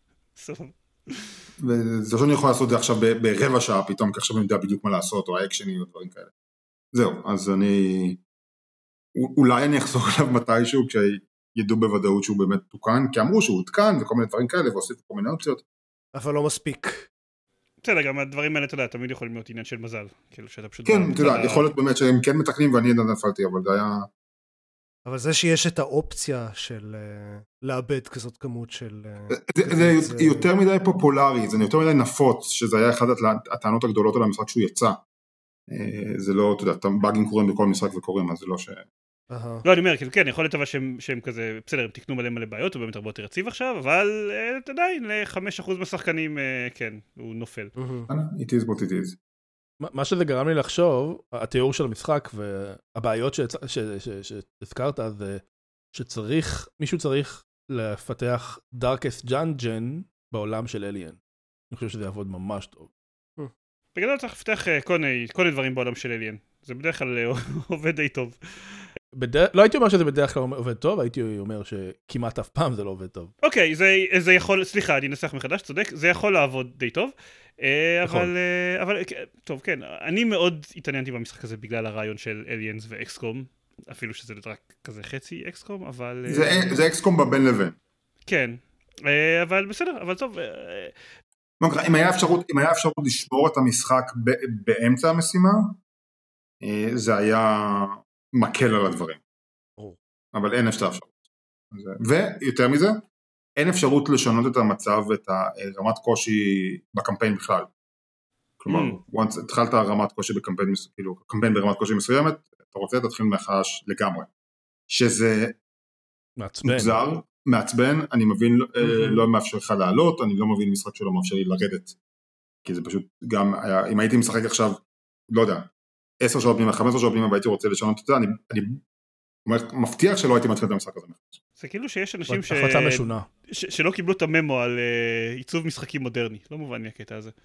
וזה שאני יכול לעשות את זה עכשיו ברבע שעה פתאום, כי עכשיו אני יודע בדיוק מה לעשות, או האקשני או דברים כאלה. זהו, אז אני, אולי אני אחזור עליו מתישהו, כשידעו בוודאות שהוא באמת תוקן, כי אמרו שהוא תוקן, וכל מיני דברים כאלה, והוסיפו כל מיני אופציות. אבל לא מספיק. בסדר, גם הדברים האלה, אתה יודע, תמיד יכולים להיות עניין של מזל. כאילו שאתה פשוט... כן, אתה יודע, יכול להיות באמת שהם כן מתקנים, ואני עדיין נפלתי, אבל זה היה... אבל זה שיש את האופציה של לאבד כזאת כמות של... זה יותר מדי פופולרי, זה יותר מדי נפוץ, שזה היה אחד הטענות הגדולות על המשחק שהוא יצא. זה לא, אתה יודע, באגים קורים בכל משחק וקורים, אז זה לא ש... לא, אני אומר, כן, יכול להיות אבל שהם כזה, בסדר, הם תקנו מלא מלא בעיות, הוא באמת הרבה יותר יציב עכשיו, אבל עדיין, ל-חמישה אחוז מהשחקנים, כן, הוא נופל. It is what it is. מה שזה גרם לי לחשוב, התיאור של המשחק והבעיות שהזכרת, זה שצריך, מישהו צריך לפתח Darkest Dungeon בעולם של Alien. אני חושב שזה יעבוד ממש טוב. בגלל צריך לפתח כל מיני דברים בעולם של Alien. זה בדרך כלל עובד די טוב. לא הייתי אומר שזה בדרך כלל עובד טוב, הייתי אומר שכמעט אף פעם זה לא עובד טוב. אוקיי, זה יכול, סליחה, אני אנסח מחדש, צודק, זה יכול לעבוד די טוב. אבל, אבל, טוב, כן, אני מאוד התעניינתי במשחק הזה בגלל הרעיון של Aliens ו-אקס קום, אפילו שזה רק כזה חצי אקס קום, אבל... זה אקס קום בבין לבין. כן, אבל בסדר, אבל טוב. אם היה אפשרות, אם היה אפשרות לשבור את המשחק באמצע המשימה, זה היה מקל על הדברים. אבל אין אפשר אפשרות. ויותר מזה, אין אפשרות לשנות את המצב ואת הרמת קושי בקמפיין בכלל. כלומר, once התחלת רמת קושי בקמפיין, כאילו, קמפיין ברמת קושי מסוימת, אתה רוצה, תתחיל מחדש לגמרי. שזה מוזר, מעצבן, אני מבין, לא מאפשר לך לעלות, אני לא מבין משחק שלא מאפשר לי לרדת. כי זה פשוט גם, אם הייתי משחק עכשיו, לא יודע, עשר שעות פנימה, חמש עשרה שעות פנימה, והייתי רוצה לשנות את זה, אני מבטיח שלא הייתי מתחיל את המשחק הזה. זה כאילו שיש אנשים ש... החלטה משונה. שלא קיבלו את הממו על עיצוב משחקים מודרני. לא מובן לי הקטע הזה.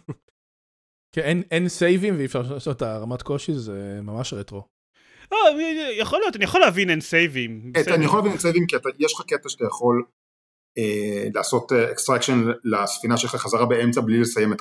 כן, אין סייבים ואי אפשר לעשות את הרמת קושי, זה ממש רטרו. יכול להיות, אני יכול להבין אין סייבים. אני יכול להבין אין סייבים, כי יש לך קטע שאתה יכול לעשות אקסטרקשן לספינה שלך חזרה באמצע, בלי לסיים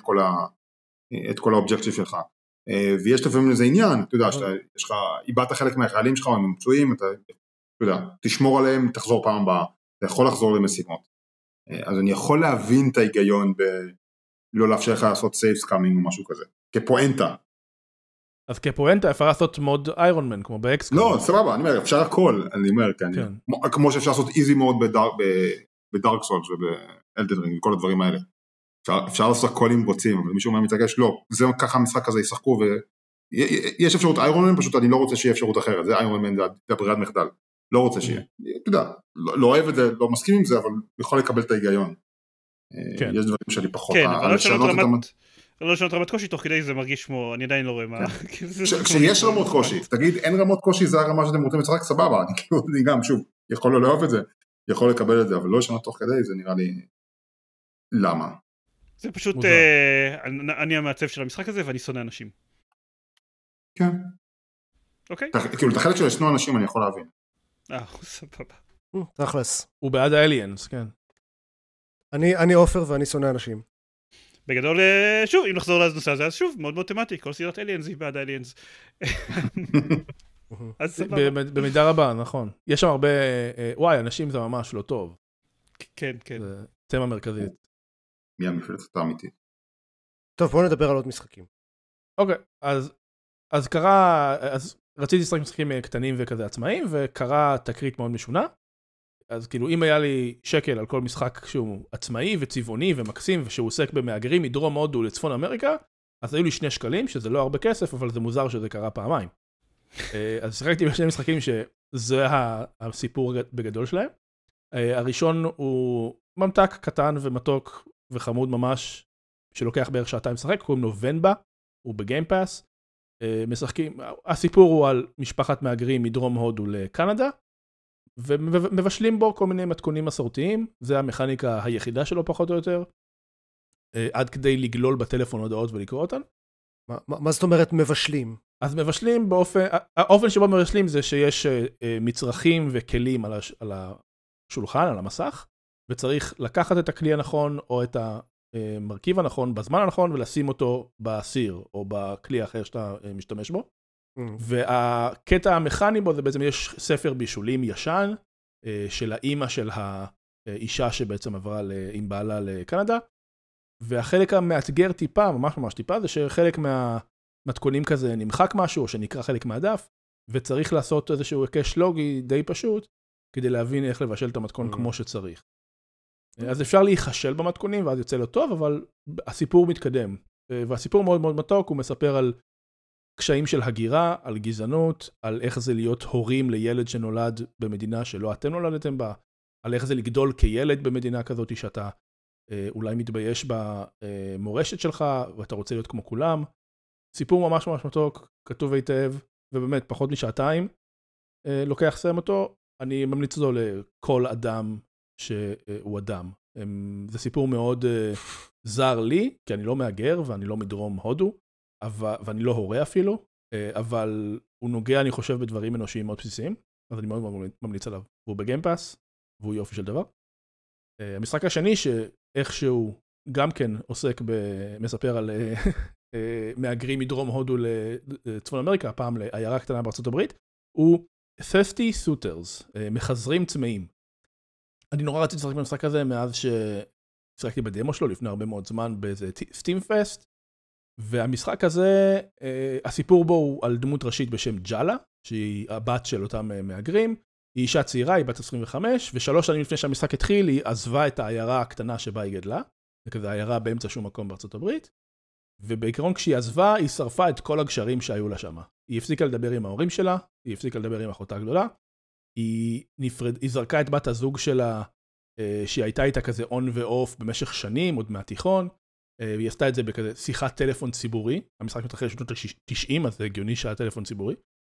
את כל האובג'קטיב שלך. ויש לפעמים לזה עניין, אתה יודע, שיש לך, איבדת חלק מהחיילים שלך, הם מצויים, אתה יודע, תשמור עליהם, תחזור פעם הבאה, אתה יכול לחזור למשימות. אז אני יכול להבין את ההיגיון בלא לאפשר לך לעשות סייב סקאמינג או משהו כזה, כפואנטה. אז כפואנטה אפשר לעשות מוד איירון מן, כמו באקס. לא, סבבה, אני אומר, אפשר הכל, אני אומר, כמו שאפשר לעשות איזי מוד בדארק סולס ובאלדן רינג, וכל הדברים האלה. אפשר לעשות הכל אם רוצים, אבל מישהו אומר מתרגש, לא, זה ככה המשחק הזה ישחקו, ויש אפשרות איירון מן, פשוט אני לא רוצה שיהיה אפשרות אחרת, זה איירון מן, זה ברירת מחדל, לא רוצה שיהיה, אתה יודע, לא אוהב את זה, לא מסכים עם זה, אבל יכול לקבל את ההיגיון, יש דברים שאני פחות, כן, אבל לא לשנות רמת קושי, תוך כדי זה מרגיש כמו, אני עדיין לא רואה מה, כשיש רמות קושי, תגיד, אין רמות קושי, זה הרמה שאתם רוצים לשחק, סבבה, אני גם, שוב, יכול לא לאהוב את זה, יכול לקבל את זה, אבל לא לשנות תוך כדי, זה נראה לי, למה? זה פשוט, אני המעצב של המשחק הזה, ואני שונא אנשים. כן. אוקיי. כאילו, את החלק של לשנוא אנשים אני יכול להבין. אה, סבבה. תכלס. הוא בעד האליאנס, כן. אני אופר ואני שונא אנשים. בגדול, שוב, אם נחזור לנושא הזה, אז שוב, מאוד מאוד תמטי, כל סדרת אליאנס היא בעד האליאנס. אז סבבה. במידה רבה, נכון. יש שם הרבה, וואי, אנשים זה ממש לא טוב. כן, כן. זה תמה מרכזית. מי המפלצת האמיתית. טוב, בואו נדבר על עוד משחקים. אוקיי, אז, אז קרה, אז רציתי לשחק משחקים קטנים וכזה עצמאיים, וקרה תקרית מאוד משונה. אז כאילו, אם היה לי שקל על כל משחק שהוא עצמאי וצבעוני ומקסים, ושהוא עוסק במהגרים מדרום הודו לצפון אמריקה, אז היו לי שני שקלים, שזה לא הרבה כסף, אבל זה מוזר שזה קרה פעמיים. אז שחקתי בשני משחקים שזה הסיפור בגדול שלהם. הראשון הוא ממתק קטן ומתוק וחמוד ממש, שלוקח בערך שעתיים לשחק, קוראים לו ונבה, הוא בגיימפאס. משחקים, הסיפור הוא על משפחת מהגרים מדרום הודו לקנדה, ומבשלים בו כל מיני מתכונים מסורתיים, זה המכניקה היחידה שלו פחות או יותר, עד כדי לגלול בטלפון הודעות ולקרוא אותן. מה, מה, מה זאת אומרת מבשלים? אז מבשלים באופן, האופן שבו מבשלים זה שיש מצרכים וכלים על, הש, על השולחן, על המסך, וצריך לקחת את הכלי הנכון או את המרכיב הנכון בזמן הנכון, ולשים אותו בסיר או בכלי האחר שאתה משתמש בו. והקטע המכני בו זה בעצם יש ספר בישולים ישן של האימא של האישה שבעצם עברה עם בעלה לקנדה, והחלק המאתגר טיפה, ממש ממש טיפה, זה שחלק מהמתכונים כזה נמחק משהו, או שנקרא חלק מהדף, וצריך לעשות איזשהו היקש לוגי די פשוט, כדי להבין איך לבשל את המתכון כמו שצריך. אז אפשר להיחשל במתכונים, ואז יוצא לו טוב, אבל הסיפור מתקדם. והסיפור מאוד מאוד מתוק, הוא מספר על קשיים של הגירה, על גזענות, על איך זה להיות הורים לילד שנולד במדינה שלא אתם נולדתם בה, על איך זה לגדול כילד במדינה כזאת שאתה אולי מתבייש במורשת שלך, ואתה רוצה להיות כמו כולם. סיפור ממש ממש מתוק, כתוב היטב, ובאמת פחות משעתיים לוקח לסיים אותו. אני ממליץ אותו לכל אדם שהוא אדם. זה סיפור מאוד זר לי, כי אני לא מהגר ואני לא מדרום הודו, ואני לא הורה אפילו, אבל הוא נוגע, אני חושב, בדברים אנושיים מאוד בסיסיים, אז אני מאוד ממליץ עליו. והוא בגיימפאס, והוא יופי של דבר. המשחק השני, שאיכשהו גם כן עוסק, מספר על מהגרים מדרום הודו לצפון אמריקה, הפעם לעיירה קטנה בארצות הברית, הוא Thirsty Suitors, מחזרים צמאים. אני נורא רציתי לשחק במשחק הזה מאז ששחקתי בדמו שלו לפני הרבה מאוד זמן באיזה סטים פסט, והמשחק הזה, הסיפור בו הוא על דמות ראשית בשם ג'אלה, שהיא הבת של אותם מהגרים, היא אישה צעירה, היא בת עשרים וחמש, ושלוש שנים לפני שהמשחק התחיל, היא עזבה את העיירה הקטנה שבה היא גדלה, זה כזה העיירה באמצע שום מקום בארצות הברית, ובעיקרון כשהיא עזבה, היא שרפה את כל הגשרים שהיו לה שם. היא הפסיקה לדבר עם ההורים שלה, היא הפסיקה לדבר עם אחותה הגדולה, היא, נפרד, היא זרקה את בת הזוג שלה, שהיא הייתה איתה כזה און ואוף במשך שנים, עוד מהתיכון, והיא עשתה את זה בכזה שיחת טלפון ציבורי, המשחק מתרחש בשנות ה-תשעים, אז זה הגיוני שהיה טלפון ציבורי,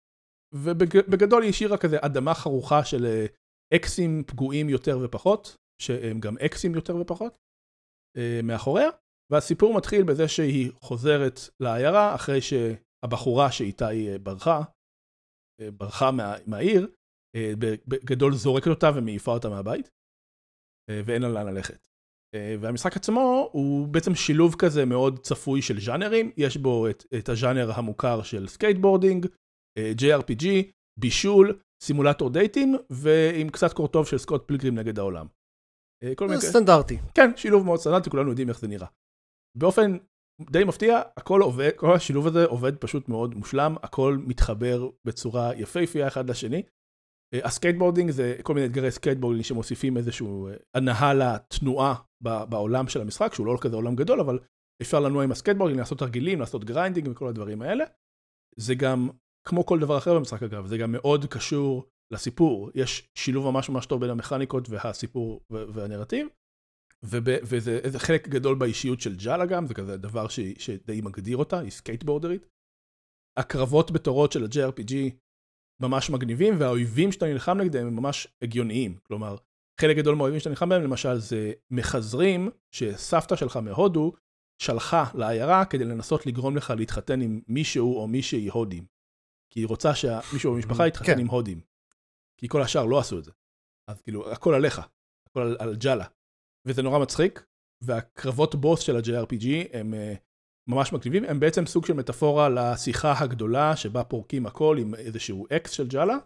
ובגדול היא השאירה כזה אדמה חרוכה של אקסים פגועים יותר ופחות, שהם גם אקסים יותר ופחות, מאחוריה, והסיפור מתחיל בזה שהיא חוזרת לעיירה, אחרי שהבחורה שאיתה היא ברחה, ברחה מה, מהעיר, בגדול זורקת אותה ומעיפה אותה מהבית, ואין לה לאן ללכת. והמשחק עצמו הוא בעצם שילוב כזה מאוד צפוי של ז'אנרים, יש בו את, את הז'אנר המוכר של סקייטבורדינג, ג'יי אר פי ג'י, בישול, סימולטור דייטים, ועם קצת קורטוב של סקוט פילגרים נגד העולם. זה סטנדרטי. כן, שילוב מאוד סטנדרטי, כולנו יודעים איך זה נראה. באופן די מפתיע, הכל עובד, כל השילוב הזה עובד פשוט מאוד מושלם, הכל מתחבר בצורה יפהפייה אחד לשני. הסקייטבורדינג זה כל מיני אתגרי סקייטבורדינג שמוסיפים איזשהו הנאה לתנועה בעולם של המשחק, שהוא לא כזה עולם גדול, אבל אפשר לנוע עם הסקייטבורדינג, לעשות תרגילים, לעשות גריינדינג וכל הדברים האלה. זה גם, כמו כל דבר אחר במשחק אגב, זה גם מאוד קשור לסיפור. יש שילוב ממש ממש טוב בין המכניקות והסיפור והנרטיב, וזה חלק גדול באישיות של ג'אלה גם, זה כזה דבר שדי מגדיר אותה, היא סקייטבורדרית. הקרבות בתורות של ה-ג'יי אר פי ג'י ממש מגניבים, והאויבים שאתה נלחם נגדם הם ממש הגיוניים. כלומר, חלק גדול מהאויבים שאתה נלחם בהם, למשל, זה מחזרים שסבתא שלך מהודו שלחה לעיירה כדי לנסות לגרום לך להתחתן עם מישהו או מישהי הודים. כי היא רוצה שמישהו במשפחה יתחתן עם הודים. כי כל השאר לא עשו את זה. אז כאילו, הכל עליך, הכל על, על ג'אלה. וזה נורא מצחיק, והקרבות בוס של ה-ג'יי אר פי ג'י הם ממש מגניבים, הם בעצם סוג של מטאפורה לשיחה הגדולה שבה פורקים הכל עם איזשהו אקס של ג'אלה,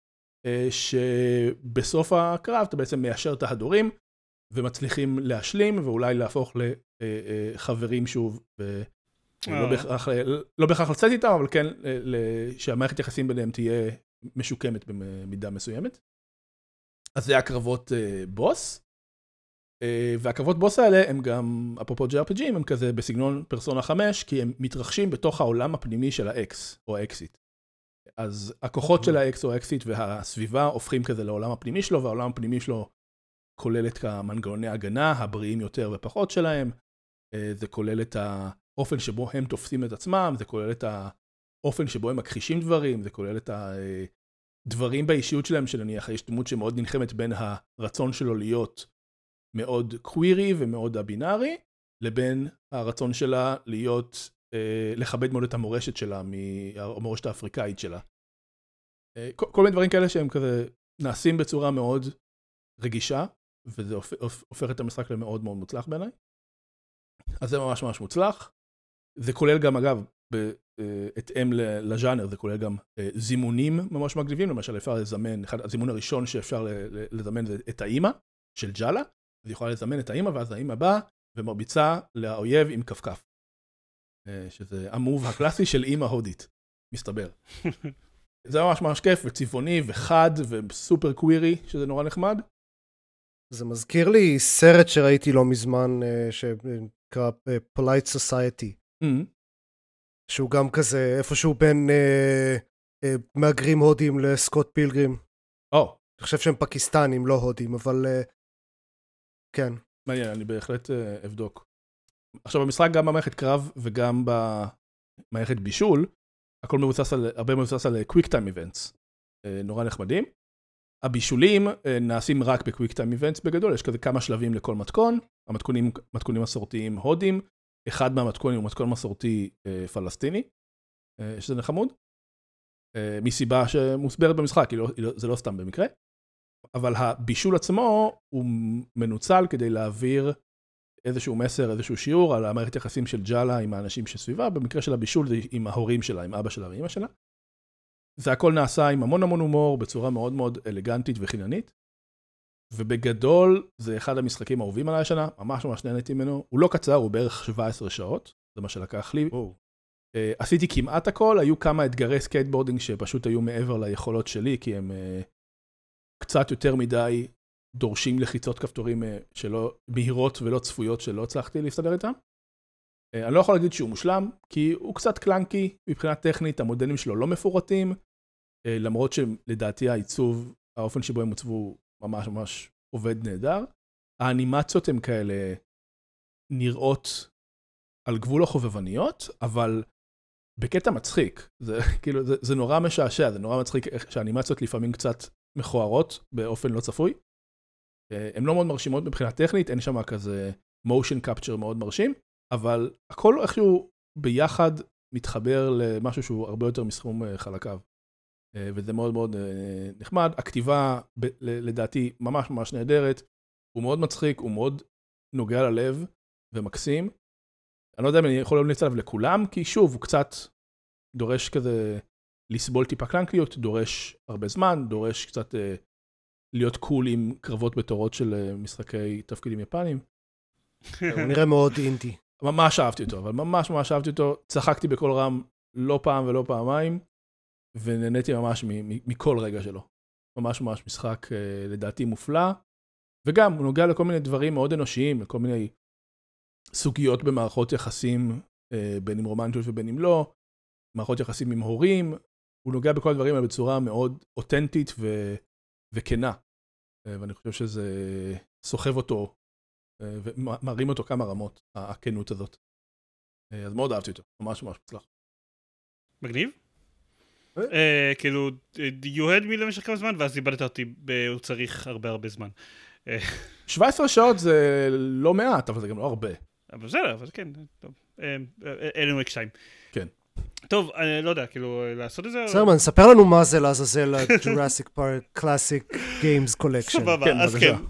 שבסוף הקרב אתה בעצם מיישר את ההדורים, ומצליחים להשלים ואולי להפוך לחברים שוב, לא בהכרח לצאת איתם, אבל כן שהמערכת יחסים ביניהם תהיה משוקמת במידה מסוימת. אז זה הקרבות uh, בוס, uh, והקרבות בוס האלה הם גם, אפרופו ג'י אר פי ג'ים, הם כזה בסגנון פרסונה חמש, כי הם מתרחשים בתוך העולם הפנימי של האקס, או האקסיט. אז הכוחות של האקס או האקסיט והסביבה הופכים כזה לעולם הפנימי שלו, והעולם הפנימי שלו כולל את המנגנוני הגנה, הבריאים יותר ופחות שלהם, זה כולל את האופן שבו הם תופסים את עצמם, זה כולל את האופן שבו הם מכחישים דברים, זה כולל את הדברים באישיות שלהם, שנניח יש דמות שמאוד נלחמת בין הרצון שלו להיות מאוד קווירי ומאוד הבינארי, לבין הרצון שלה להיות, לכבד מאוד את המורשת שלה, מהמורשת האפריקאית שלה. כל מיני דברים כאלה שהם כזה נעשים בצורה מאוד רגישה, וזה הופך את המשחק למאוד מאוד מוצלח בעיניי. אז זה ממש ממש מוצלח. זה כולל גם, אגב, בהתאם לז'אנר, זה כולל גם זימונים ממש מגניבים, למשל אפשר לזמן, הזימון הראשון שאפשר לזמן זה את האמא של ג'אלה, אז יכולה לזמן את האמא, ואז האמא באה ומרביצה לאויב עם כפכף. שזה המוב הקלאסי של אמא הודית, מסתבר. זה ממש ממש כיף וצבעוני וחד וסופר קווירי, שזה נורא נחמד. זה מזכיר לי סרט שראיתי לא מזמן, שנקרא Polite Society, mm-hmm. שהוא גם כזה איפשהו בין אה, אה, מהגרים הודים לסקוט פילגרים. או. Oh. אני חושב שהם פקיסטנים, לא הודים, אבל אה, כן. מעניין, אני בהחלט אה, אבדוק. עכשיו, במשחק גם במערכת קרב וגם במערכת בישול, הכל מבוסס על, הרבה מבוסס על Quick Time Events, אה, נורא נחמדים. הבישולים נעשים רק בקוויק טיים איבנטס בגדול, יש כזה כמה שלבים לכל מתכון, המתכונים, מתכונים מסורתיים הודים, אחד מהמתכונים הוא מתכון מסורתי פלסטיני, שזה נחמוד, מסיבה שמוסברת במשחק, זה לא סתם במקרה, אבל הבישול עצמו הוא מנוצל כדי להעביר איזשהו מסר, איזשהו שיעור על המערכת יחסים של ג'אלה עם האנשים שסביבה, במקרה של הבישול זה עם ההורים שלה, עם אבא שלה ואמא שלה, זה הכל נעשה עם המון המון הומור, בצורה מאוד מאוד אלגנטית וחיננית, ובגדול זה אחד המשחקים האהובים עליי השנה, ממש ממש נהניתי ממנו, הוא לא קצר, הוא בערך שבע עשרה שעות, זה מה שלקח לי, oh. uh, עשיתי כמעט הכל, היו כמה אתגרי סקייטבורדינג שפשוט היו מעבר ליכולות שלי, כי הם uh, קצת יותר מדי דורשים לחיצות כפתורים uh, שלא, מהירות ולא צפויות שלא הצלחתי להסתדר איתם. Uh, אני לא יכול להגיד שהוא מושלם, כי הוא קצת קלנקי מבחינת טכנית, המודלים שלו לא מפורטים, uh, למרות שלדעתי העיצוב, האופן שבו הם הוצבו ממש ממש עובד נהדר. האנימציות הן כאלה נראות על גבול החובבניות, אבל בקטע מצחיק. זה, כאילו, זה, זה נורא משעשע, זה נורא מצחיק שהאנימציות לפעמים קצת מכוערות באופן לא צפוי. Uh, הן לא מאוד מרשימות מבחינת טכנית, אין שם כזה motion capture מאוד מרשים, אבל הכל איכשהו ביחד מתחבר למשהו שהוא הרבה יותר מסכום חלקיו. וזה מאוד מאוד נחמד. הכתיבה, לדעתי, ממש ממש נהדרת. הוא מאוד מצחיק, הוא מאוד נוגע ללב ומקסים. אני לא יודע אם אני יכול להמליץ עליו לכולם, כי שוב, הוא קצת דורש כזה לסבול טיפה קלנקיות, דורש הרבה זמן, דורש קצת להיות קול עם קרבות בתורות של משחקי תפקידים יפנים. הוא נראה מאוד אינטי. ממש אהבתי אותו, אבל ממש ממש אהבתי אותו. צחקתי בכל רם לא פעם ולא פעמיים, ונהניתי ממש מכל רגע שלו. ממש ממש משחק לדעתי מופלא, וגם הוא נוגע לכל מיני דברים מאוד אנושיים, לכל מיני סוגיות במערכות יחסים, בין אם רומנטיות ובין אם לא, מערכות יחסים עם הורים, הוא נוגע בכל הדברים האלה בצורה מאוד אותנטית ו- וכנה, ואני חושב שזה סוחב אותו, ומרים אותו כמה רמות, הכנות הזאת. אז מאוד אהבתי אותו, ממש ממש מצלח. מגניב? כאילו, יוהד מי למשך כמה זמן, ואז איבדת אותי, הוא צריך הרבה הרבה זמן. שבע עשרה שעות זה לא מעט, אבל זה גם לא הרבה. אבל בסדר, אבל כן, טוב. אלן וויק שתיים. כן. טוב, אני לא יודע, כאילו, לעשות את זה... סרמן, ספר לנו מה זה לעזאזל ה-Jurassic Park Classic Games Collection. סבבה, אז כן.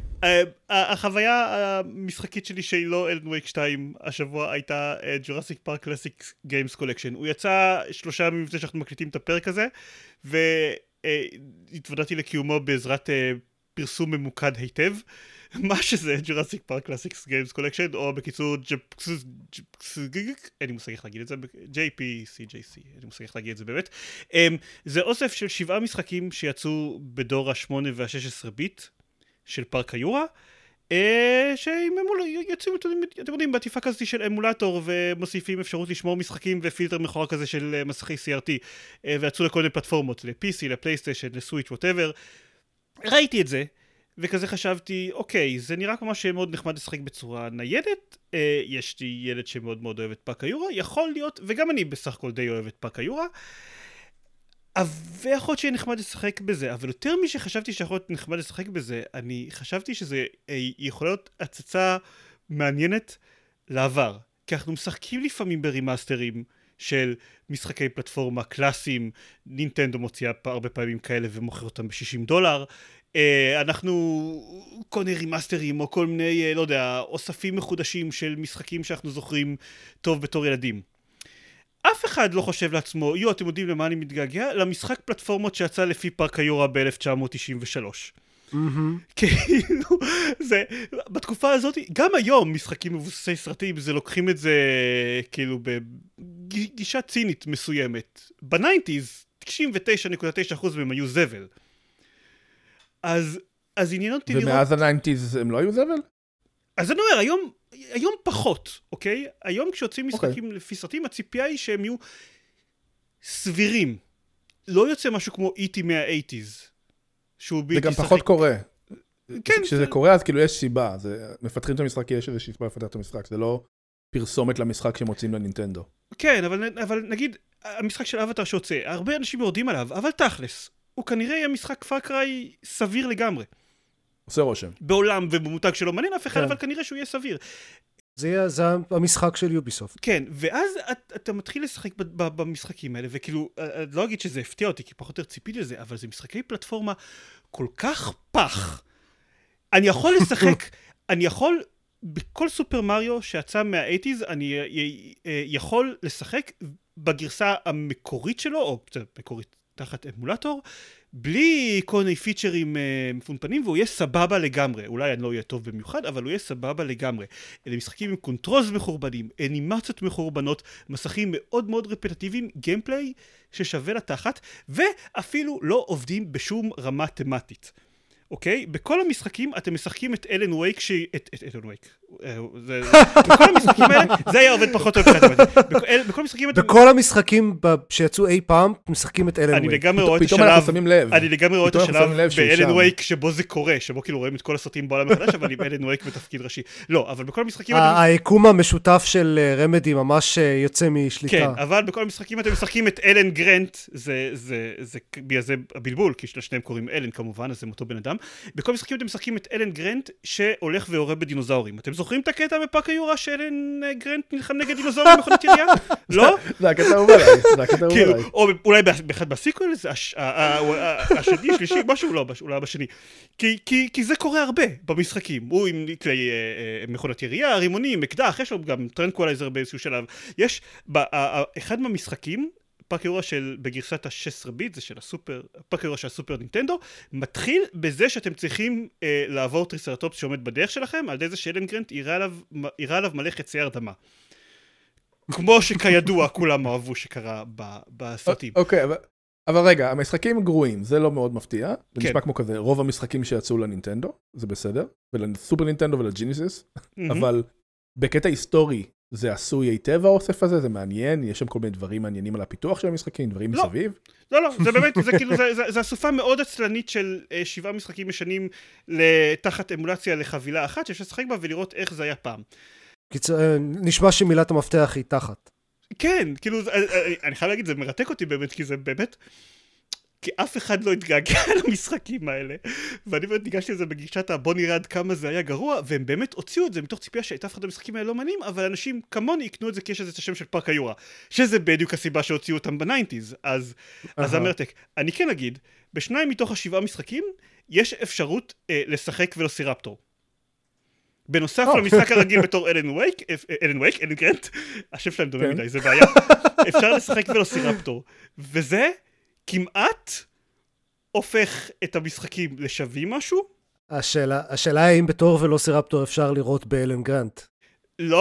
החוויה המשחקית שלי שהיא לא אלן וויק שתיים השבוע הייתה Jurassic Park Classic Games Collection. הוא יצא שלושה ימים לפני שאנחנו מקליטים את הפרק הזה, והתוודעתי לקיומו בעזרת פרסום ממוקד היטב, מה שזה ג'ורסיק פארק קלאסיקס גיימס קולקשן, או בקיצור, אין לי מושג איך להגיד את זה, ג'יי פי סי ג'יי סי, אין לי מושג איך להגיד את זה באמת. זה אוסף של שבעה משחקים שיצאו בדור ה-שמונה וה-שש עשרה ביט של פארק היורה, שהם יוצאים, אתם יודעים, בעטיפה כזאת של אמולטור, ומוסיפים אפשרות לשמור משחקים ופילטר מכוער כזה של מסכי סי אר טי, ויצאו לכל מיני פלטפורמות, ל-פי סי, לפלייסטיישן, לסוויץ', whatever. ראיתי את זה, וכזה חשבתי, אוקיי, זה נראה כמו מאוד נחמד לשחק בצורה ניידת, יש לי ילד שמאוד מאוד אוהב את פארק היורה, יכול להיות, וגם אני בסך הכל די אוהב את פארק היורה, ויכול להיות שיהיה נחמד לשחק בזה, אבל יותר משחשבתי שיכול להיות נחמד לשחק בזה, אני חשבתי שזה יכול להיות הצצה מעניינת לעבר, כי אנחנו משחקים לפעמים ברימאסטרים של משחקי פלטפורמה קלאסיים, נינטנדו מוציאה הרבה פעמים כאלה ומוכר אותם ב-שישים דולר, אנחנו קונה רימאסטרים או כל מיני, לא יודע, אוספים מחודשים של משחקים שאנחנו זוכרים טוב בתור ילדים. אף אחד לא חושב לעצמו, יו, אתם יודעים למה אני מתגעגע? למשחק פלטפורמות שיצא לפי פארק היורה ב-אלף תשע מאות תשעים ושלוש. כאילו, זה, בתקופה הזאת, גם היום משחקים מבוססי סרטים, זה לוקחים את זה כאילו בגישה צינית מסוימת. בניינטיז, תשעים ותשע נקודה תשע אחוז מהם היו זבל. אז, אז עניין אותי לראות... ומאז הניינטיז הם לא היו זבל? אז אני אומר, היום, היום פחות, אוקיי? היום כשיוצאים משחקים לפי סרטים, הציפייה היא שהם יהיו סבירים. לא יוצא משהו כמו אי טי מה-שמונים, שהוא בלתי שחק. זה גם פחות קורה. כן. כשזה קורה, אז כאילו יש סיבה. מפתחים את המשחק, יש איזו סיבה לפתח את המשחק. זה לא פרסומת למשחק שמוצאים לנינטנדו. כן, אבל, אבל נגיד, המשחק של אבטר שיוצא, הרבה אנשים יורדים עליו, אבל תכלס, הוא כנראה יהיה משחק פאר קריי סביר לגמרי. עושה רושם. בעולם ובמותג שלא מעניין אף אחד, אבל כנראה שהוא יהיה סביר. זה, זה המשחק של יוביסופט. כן, ואז את, אתה מתחיל לשחק במשחקים האלה, וכאילו, לא אגיד שזה הפתיע אותי, כי פחות יותר ציפיתי לזה, אבל זה משחקי פלטפורמה כל כך פח. אני יכול לשחק, אני יכול, בכל סופר מריו שיצא מה-שמונים, אני יכול לשחק בגרסה המקורית שלו, או מקורית תחת אמולטור, בלי כל מיני פיצ'רים uh, מפונפנים, והוא יהיה סבבה לגמרי. אולי אני לא אהיה טוב במיוחד, אבל הוא יהיה סבבה לגמרי. אלה משחקים עם קונטרולס מחורבנים, אנימציות מחורבנות, מסכים מאוד מאוד רפטטיביים, גיימפליי ששווה לתחת, ואפילו לא עובדים בשום רמה תמטית. אוקיי? בכל המשחקים אתם משחקים את אלן וייק, ש... את, את אלן וייק. בכל המשחקים האלה, זה היה עובד פחות טוב. בכל המשחקים אתם... בכל המשחקים שיצאו אי פעם, משחקים את אלן וייק. אני לגמרי רואה את השלב, אני לגמרי רואה את השלב באלן וייק שבו זה קורה, שבו כאילו רואים את כל הסרטים בעולם מחדש, אבל עם אלן וייק בתפקיד ראשי. לא, אבל בכל המשחקים... היקום המשותף של רמדי ממש יוצא משליטה. כן, אבל בכל המשחקים אתם משחקים את אלן גרנט, זה הבלבול, כי לשניהם קוראים אלן כמובן, אז זה אותו בן אדם. בכל משחקים אתם משחקים את אלן גרנט שהולך והורג בדינוזאורים. אתם זוכרים את הקטע בפארק היורה שאלן גרנט נלחם נגד דינוזאורים במכונת ירייה? לא? זה הקטע הוא עליי, זה הקטע הוא עליי. או אולי באחד בסיקוול, השני, שלישי, משהו לא, אולי בשני. כי זה קורה הרבה במשחקים. הוא עם כלי מכונת ירייה, רימונים, מקדח, יש לו גם טרנקוויליזר באיזשהו שלב. יש, אחד מהמשחקים, פארק היורה של בגרסת ה-שש עשרה ביט, זה של הסופר, פארק היורה של הסופר נינטנדו, מתחיל בזה שאתם צריכים אה, לעבור טריסרטופס שעומד בדרך שלכם, על ידי זה שאלן גרנט יראה עליו, יראה עליו מלא חצי הרדמה. כמו שכידוע כולם אהבו שקרה ב, בסרטים. אוקיי, אבל, אבל רגע, המשחקים גרועים, זה לא מאוד מפתיע, זה כן. נשמע כמו כזה, רוב המשחקים שיצאו לנינטנדו, זה בסדר, ולסופר נינטנדו ולג'יניסיס, אבל בקטע היסטורי, זה עשוי היטב האוסף הזה, זה מעניין, יש שם כל מיני דברים מעניינים על הפיתוח של המשחקים, דברים לא, מסביב. לא, לא, זה באמת, זה כאילו, זה, זה, זה אסופה מאוד עצלנית של uh, שבעה משחקים משנים לתחת אמולציה לחבילה אחת, שאפשר לשחק בה ולראות איך זה היה פעם. קיצור, נשמע שמילת המפתח היא תחת. כן, כאילו, אני חייב להגיד, זה מרתק אותי באמת, כי זה באמת, כי אף אחד לא התגעגע למשחקים האלה, ואני באמת ניגשתי לזה בגישת בוא נראה עד כמה זה היה גרוע, והם באמת הוציאו את זה מתוך ציפייה שהייתה אף אחד המשחקים האלה לא מעניינים, אבל אנשים כמוני יקנו את זה כי יש את השם של פארק היורה, שזה בדיוק הסיבה שהוציאו אותם בניינטיז, אז זה המרתק. אני כן אגיד, בשניים מתוך השבעה משחקים, יש אפשרות אה, לשחק ולוסירפטור. בנוסף oh. למשחק הרגיל בתור אלן וייק, אלן וייק, אלן גרנט, השם שלהם דומה מדי, זה בעיה. אפשר לשחק ולוסירפטור, וזה כמעט הופך את המשחקים לשווים משהו, השאלה, השאלה האם בתור ולוסירפטור אפשר לראות באלן גרנט. לא.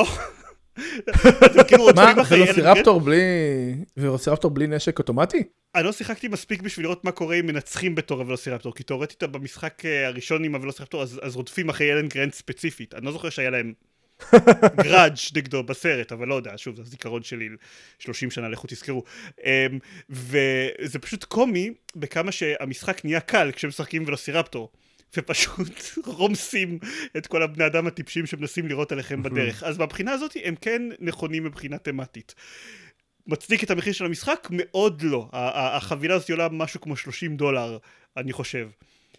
אתם כאילו מה, רוצים אחרי אלן גרנט? ולוסירפטור בלי... ולוסירפטור בלי נשק אוטומטי? אני לא שיחקתי מספיק בשביל לראות מה קורה אם מנצחים בתור הוולוסירפטור, כי תאורטית במשחק הראשון עם הוולוסירפטור, אז, אז רודפים אחרי אלן גרנט ספציפית. אני לא זוכר שהיה להם גראדג' נגדו בסרט, אבל לא יודע, שוב, זה הזיכרון שלי שלושים שנה, לכו תזכרו. וזה פשוט קומי בכמה שהמשחק נהיה קל כשמשחקים ולוסירפטור, ופשוט רומסים את כל הבני אדם הטיפשים שמנסים לראות עליכם בדרך. אז מהבחינה הזאת הם כן נכונים מבחינה תמטית. מצדיק את המחיר של המשחק? מאוד לא. החבילה הזאת עולה משהו כמו שלושים דולר, אני חושב.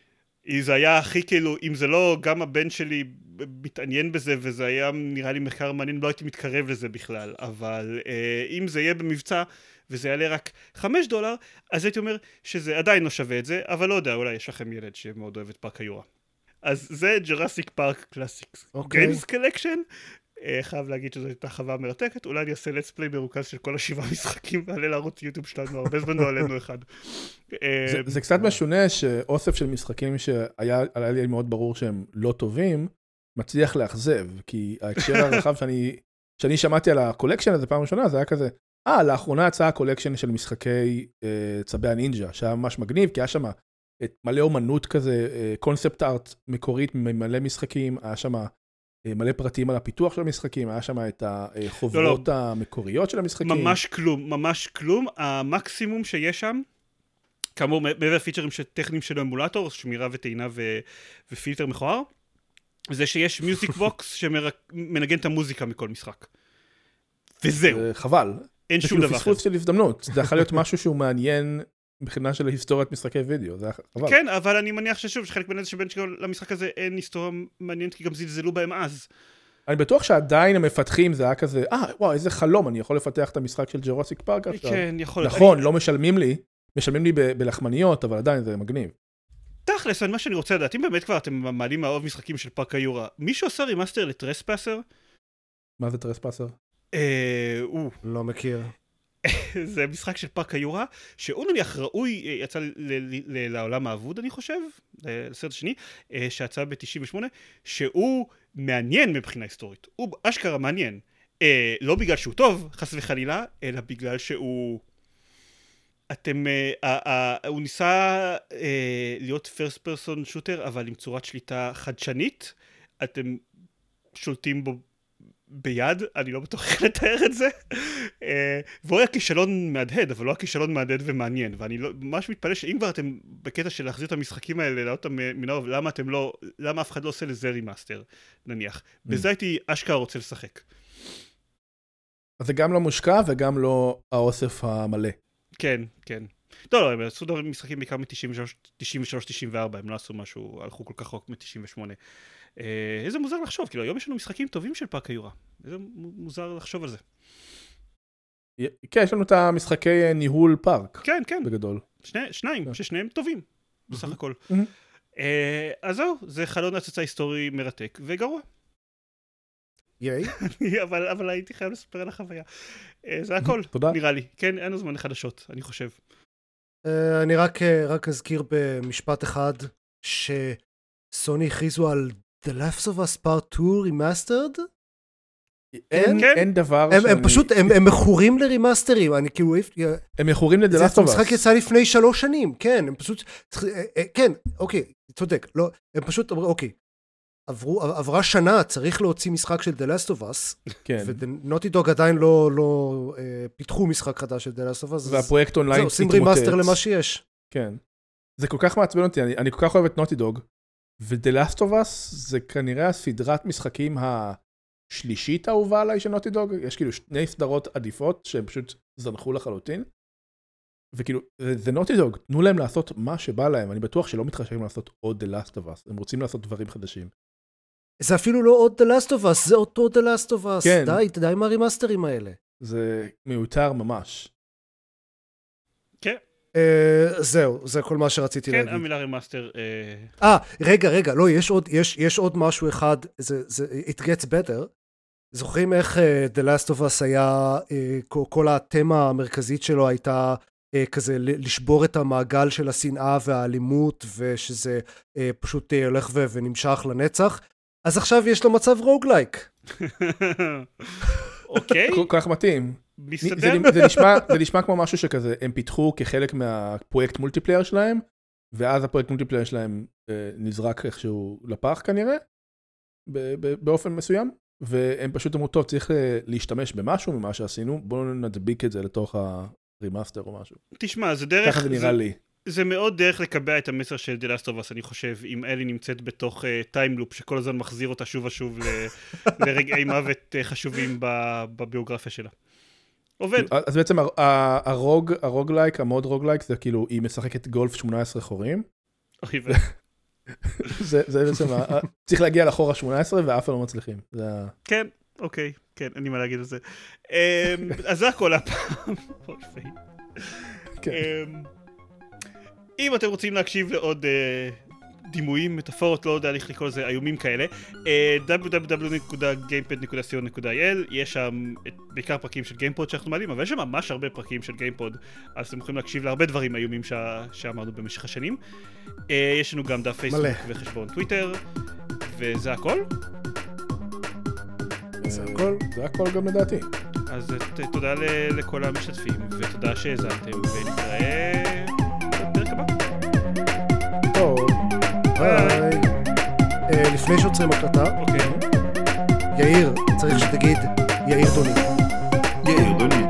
זה היה הכי כאילו, אם זה לא גם הבן שלי מתעניין בזה, וזה היה נראה לי מחקר מעניין, לא הייתי מתקרב לזה בכלל. אבל אה, אם זה יהיה במבצע, וזה יעלה רק חמישה דולר, אז הייתי אומר שזה עדיין לא שווה את זה, אבל לא יודע, אולי יש לכם ילד שמאוד אוהב את פארק היורה. אז זה ג'ראסיק פארק קלאסיקס גיימס קולקשן. חייב להגיד שזו הייתה חווה מרתקת, אולי אני אעשה let's play מרוכז של כל השבעה משחקים ועלה לערוץ יוטיוב שלנו, הרבה זמן לא עלינו אחד. זה קצת משונה שאוסף של משחקים שהיה לי מאוד ברור שהם לא טובים, מצליח לאכזב, כי ההקשר הרחב שאני שמעתי על הקולקשן הזה פעם ראשונה, זה היה כזה, אה, לאחרונה יצאה הקולקשן של משחקי צבי הנינג'ה, שהיה ממש מגניב, כי היה שם מלא אומנות כזה, קונספט ארט מקורית ממלא משחקים, היה שם מלא פרטים על הפיתוח של המשחקים, היה שם את החוברות לא, לא. המקוריות של המשחקים. ממש כלום, ממש כלום. המקסימום שיש שם, כאמור, מעבר פיצ'רים טכניים של אמולטור, שמירה וטעינה ו- ופילטר מכוער, זה שיש מיוזיק בוקס שמנגן את המוזיקה מכל משחק. וזהו. חבל. אין שום דבר אחר. זה כאילו פספוס של הזדמנות. זה יכול להיות משהו שהוא מעניין מבחינה של היסטוריית משחקי וידאו, זה חבל. כן, אבל אני מניח ששוב, שחלק בין איזה שבין למשחק הזה אין היסטוריה מעניינת, כי גם זלזלו בהם אז. אני בטוח שעדיין המפתחים זה היה כזה, אה, וואו, איזה חלום, אני יכול לפתח את המשחק של ג'ראסיק פארק עכשיו. כן, יכול. נכון, לא משלמים לי, משלמים לי בלחמניות, אבל עדיין זה מגניב. תכלס, מה שאני רוצה לדעת, אם באמת כבר אתם מעלים מהאוב משחקים של פארק היורה, מישהו עושה רימאסטר לטרספאסר? מה זה טרספאסר? אה, הוא. לא מכיר. זה משחק של פארק היורה, שהוא נניח ראוי, יצא לעולם האבוד, אני חושב, לסרט השני, שיצא ב-תשעים ושמונה, שהוא מעניין מבחינה היסטורית. הוא אשכרה מעניין. לא בגלל שהוא טוב, חס וחלילה, אלא בגלל שהוא... אתם... הוא ניסה להיות first person shooter, אבל עם צורת שליטה חדשנית. אתם שולטים בו ביד, אני לא בטוח איך לתאר את זה, והוא היה כישלון מהדהד, אבל לא היה כישלון מהדהד ומעניין, ואני ממש מתפלא שאם כבר אתם בקטע של להחזיר את המשחקים האלה, לעלות אותם מן האוב, למה אתם לא, למה אף אחד לא עושה לזה רימאסטר, נניח. בזה הייתי אשכרה רוצה לשחק. אז זה גם לא מושקע וגם לא האוסף המלא. כן, כן. לא, לא, הם עשו דבר משחקים בעיקר מ-תשעים ושלוש תשעים וארבע, הם לא עשו משהו, הלכו כל כך רחוק מ-תשעים ושמונה. איזה מוזר לחשוב, כאילו היום יש לנו משחקים טובים של פארק היורה, איזה מוזר לחשוב על זה. כן, יש לנו את המשחקי ניהול פארק. כן, כן. בגדול. שניים, ששניהם טובים, בסך הכל. אז זהו, זה חלון הצצה היסטורי מרתק וגרוע. ייי. אבל הייתי חייב לספר על החוויה. זה הכל, נראה לי. כן, אין הזמן לחדשות, אני חושב. אני רק אזכיר במשפט אחד, שסוני הכריזו על The Last of Us Part שתיים Remastered? אין דבר שאני... הם פשוט, הם מכורים לרימאסטרים, אני כאילו... הם מכורים ל-The Last of Us. זה משחק יצא לפני שלוש שנים, כן, הם פשוט... כן, אוקיי, צודק, לא, הם פשוט, אוקיי, עברה שנה, צריך להוציא משחק של The Last of Us, כן. ונוטי דוג עדיין לא פיתחו משחק חדש של The Last of Us, והפרויקט אונליין התמוטט. עושים רימאסטר למה שיש. כן. זה כל כך מעצבן אותי, אני, אני כל כך אוהב את נוטי דוג, ו-The Last of Us זה כנראה הסדרת משחקים השלישית האהובה עליי של נוטי דוג, יש כאילו שני סדרות עדיפות שהם פשוט זנחו לחלוטין, וכאילו, זה נוטי דוג, תנו להם לעשות מה שבא להם, אני בטוח שלא מתחשבים לעשות עוד The Last of Us, הם רוצים לעשות דברים חדשים. זה אפילו לא עוד The Last of Us, זה אותו The Last of Us, כן. די, די עם הרימאסטרים האלה. זה מיותר ממש. כן. Uh, זהו, זה כל מה שרציתי כן, להגיד. כן, המילה רימאסטר. אה, uh... רגע, רגע, לא, יש עוד, יש, יש עוד משהו אחד, זה, זה, it gets better. זוכרים איך uh, The Last of Us היה, uh, כל, כל התמה המרכזית שלו הייתה אה, כזה לשבור את המעגל של השנאה והאלימות, ושזה אה, פשוט אה, הולך ו- ונמשך לנצח. אז עכשיו יש לו מצב רוגלייק. אוקיי, כל כך מתאים. מסתדר. זה, זה, נשמע, זה נשמע כמו משהו שכזה, הם פיתחו כחלק מהפרויקט מולטיפלייר שלהם, ואז הפרויקט מולטיפלייר שלהם אה, נזרק איכשהו לפח כנראה, ב- ב- באופן מסוים, והם פשוט אמרו, טוב, צריך להשתמש במשהו ממה שעשינו, בואו נדביק את זה לתוך הרימאסטר או משהו. תשמע, זה דרך... ככה זה נראה לי. זה מאוד דרך לקבע את המסר של The Last of Us, אני חושב, אם אלי נמצאת בתוך טיימלופ, uh, שכל הזמן מחזיר אותה שוב ושוב ל- לרגעי מוות uh, חשובים ב- בביוגרפיה שלה. עובד. אז בעצם הר- ה- הרוג, הרוגלייק, המוד רוגלייק, זה כאילו, היא משחקת גולף שמונה עשרה חורים. אוי, ו... זה, זה בעצם, ה- ה- צריך להגיע לחור ה-שמונה עשרה ואף פעם לא מצליחים. זה ה... כן, אוקיי, כן, אין לי מה להגיד על זה. Um, אז זה הכל הפעם. כן. Um, אם אתם רוצים להקשיב לעוד uh, דימויים, מטאפורות, לא יודע איך לקרוא לזה, איומים כאלה, דאבליו דאבליו דאבליו נקודה גיימפד נקודה סי או נקודה איי אל, יש שם את, בעיקר פרקים של גיימפוד שאנחנו מעלים, אבל יש שם ממש הרבה פרקים של גיימפוד, אז אתם יכולים להקשיב להרבה דברים איומים ש... שאמרנו במשך השנים. Uh, יש לנו גם דף פייסבוק וחשבון טוויטר, וזה הכל. זה הכל. זה הכל גם לדעתי. אז ת, תודה ל, לכל המשתתפים, ותודה שהזנתם, ונתראה בפרק הבא. טוב. ביי. אה, לפני שעוצרים הקלטה, אוקיי. יאיר, צריך שתגיד יאיר דוני. יאיר דוני.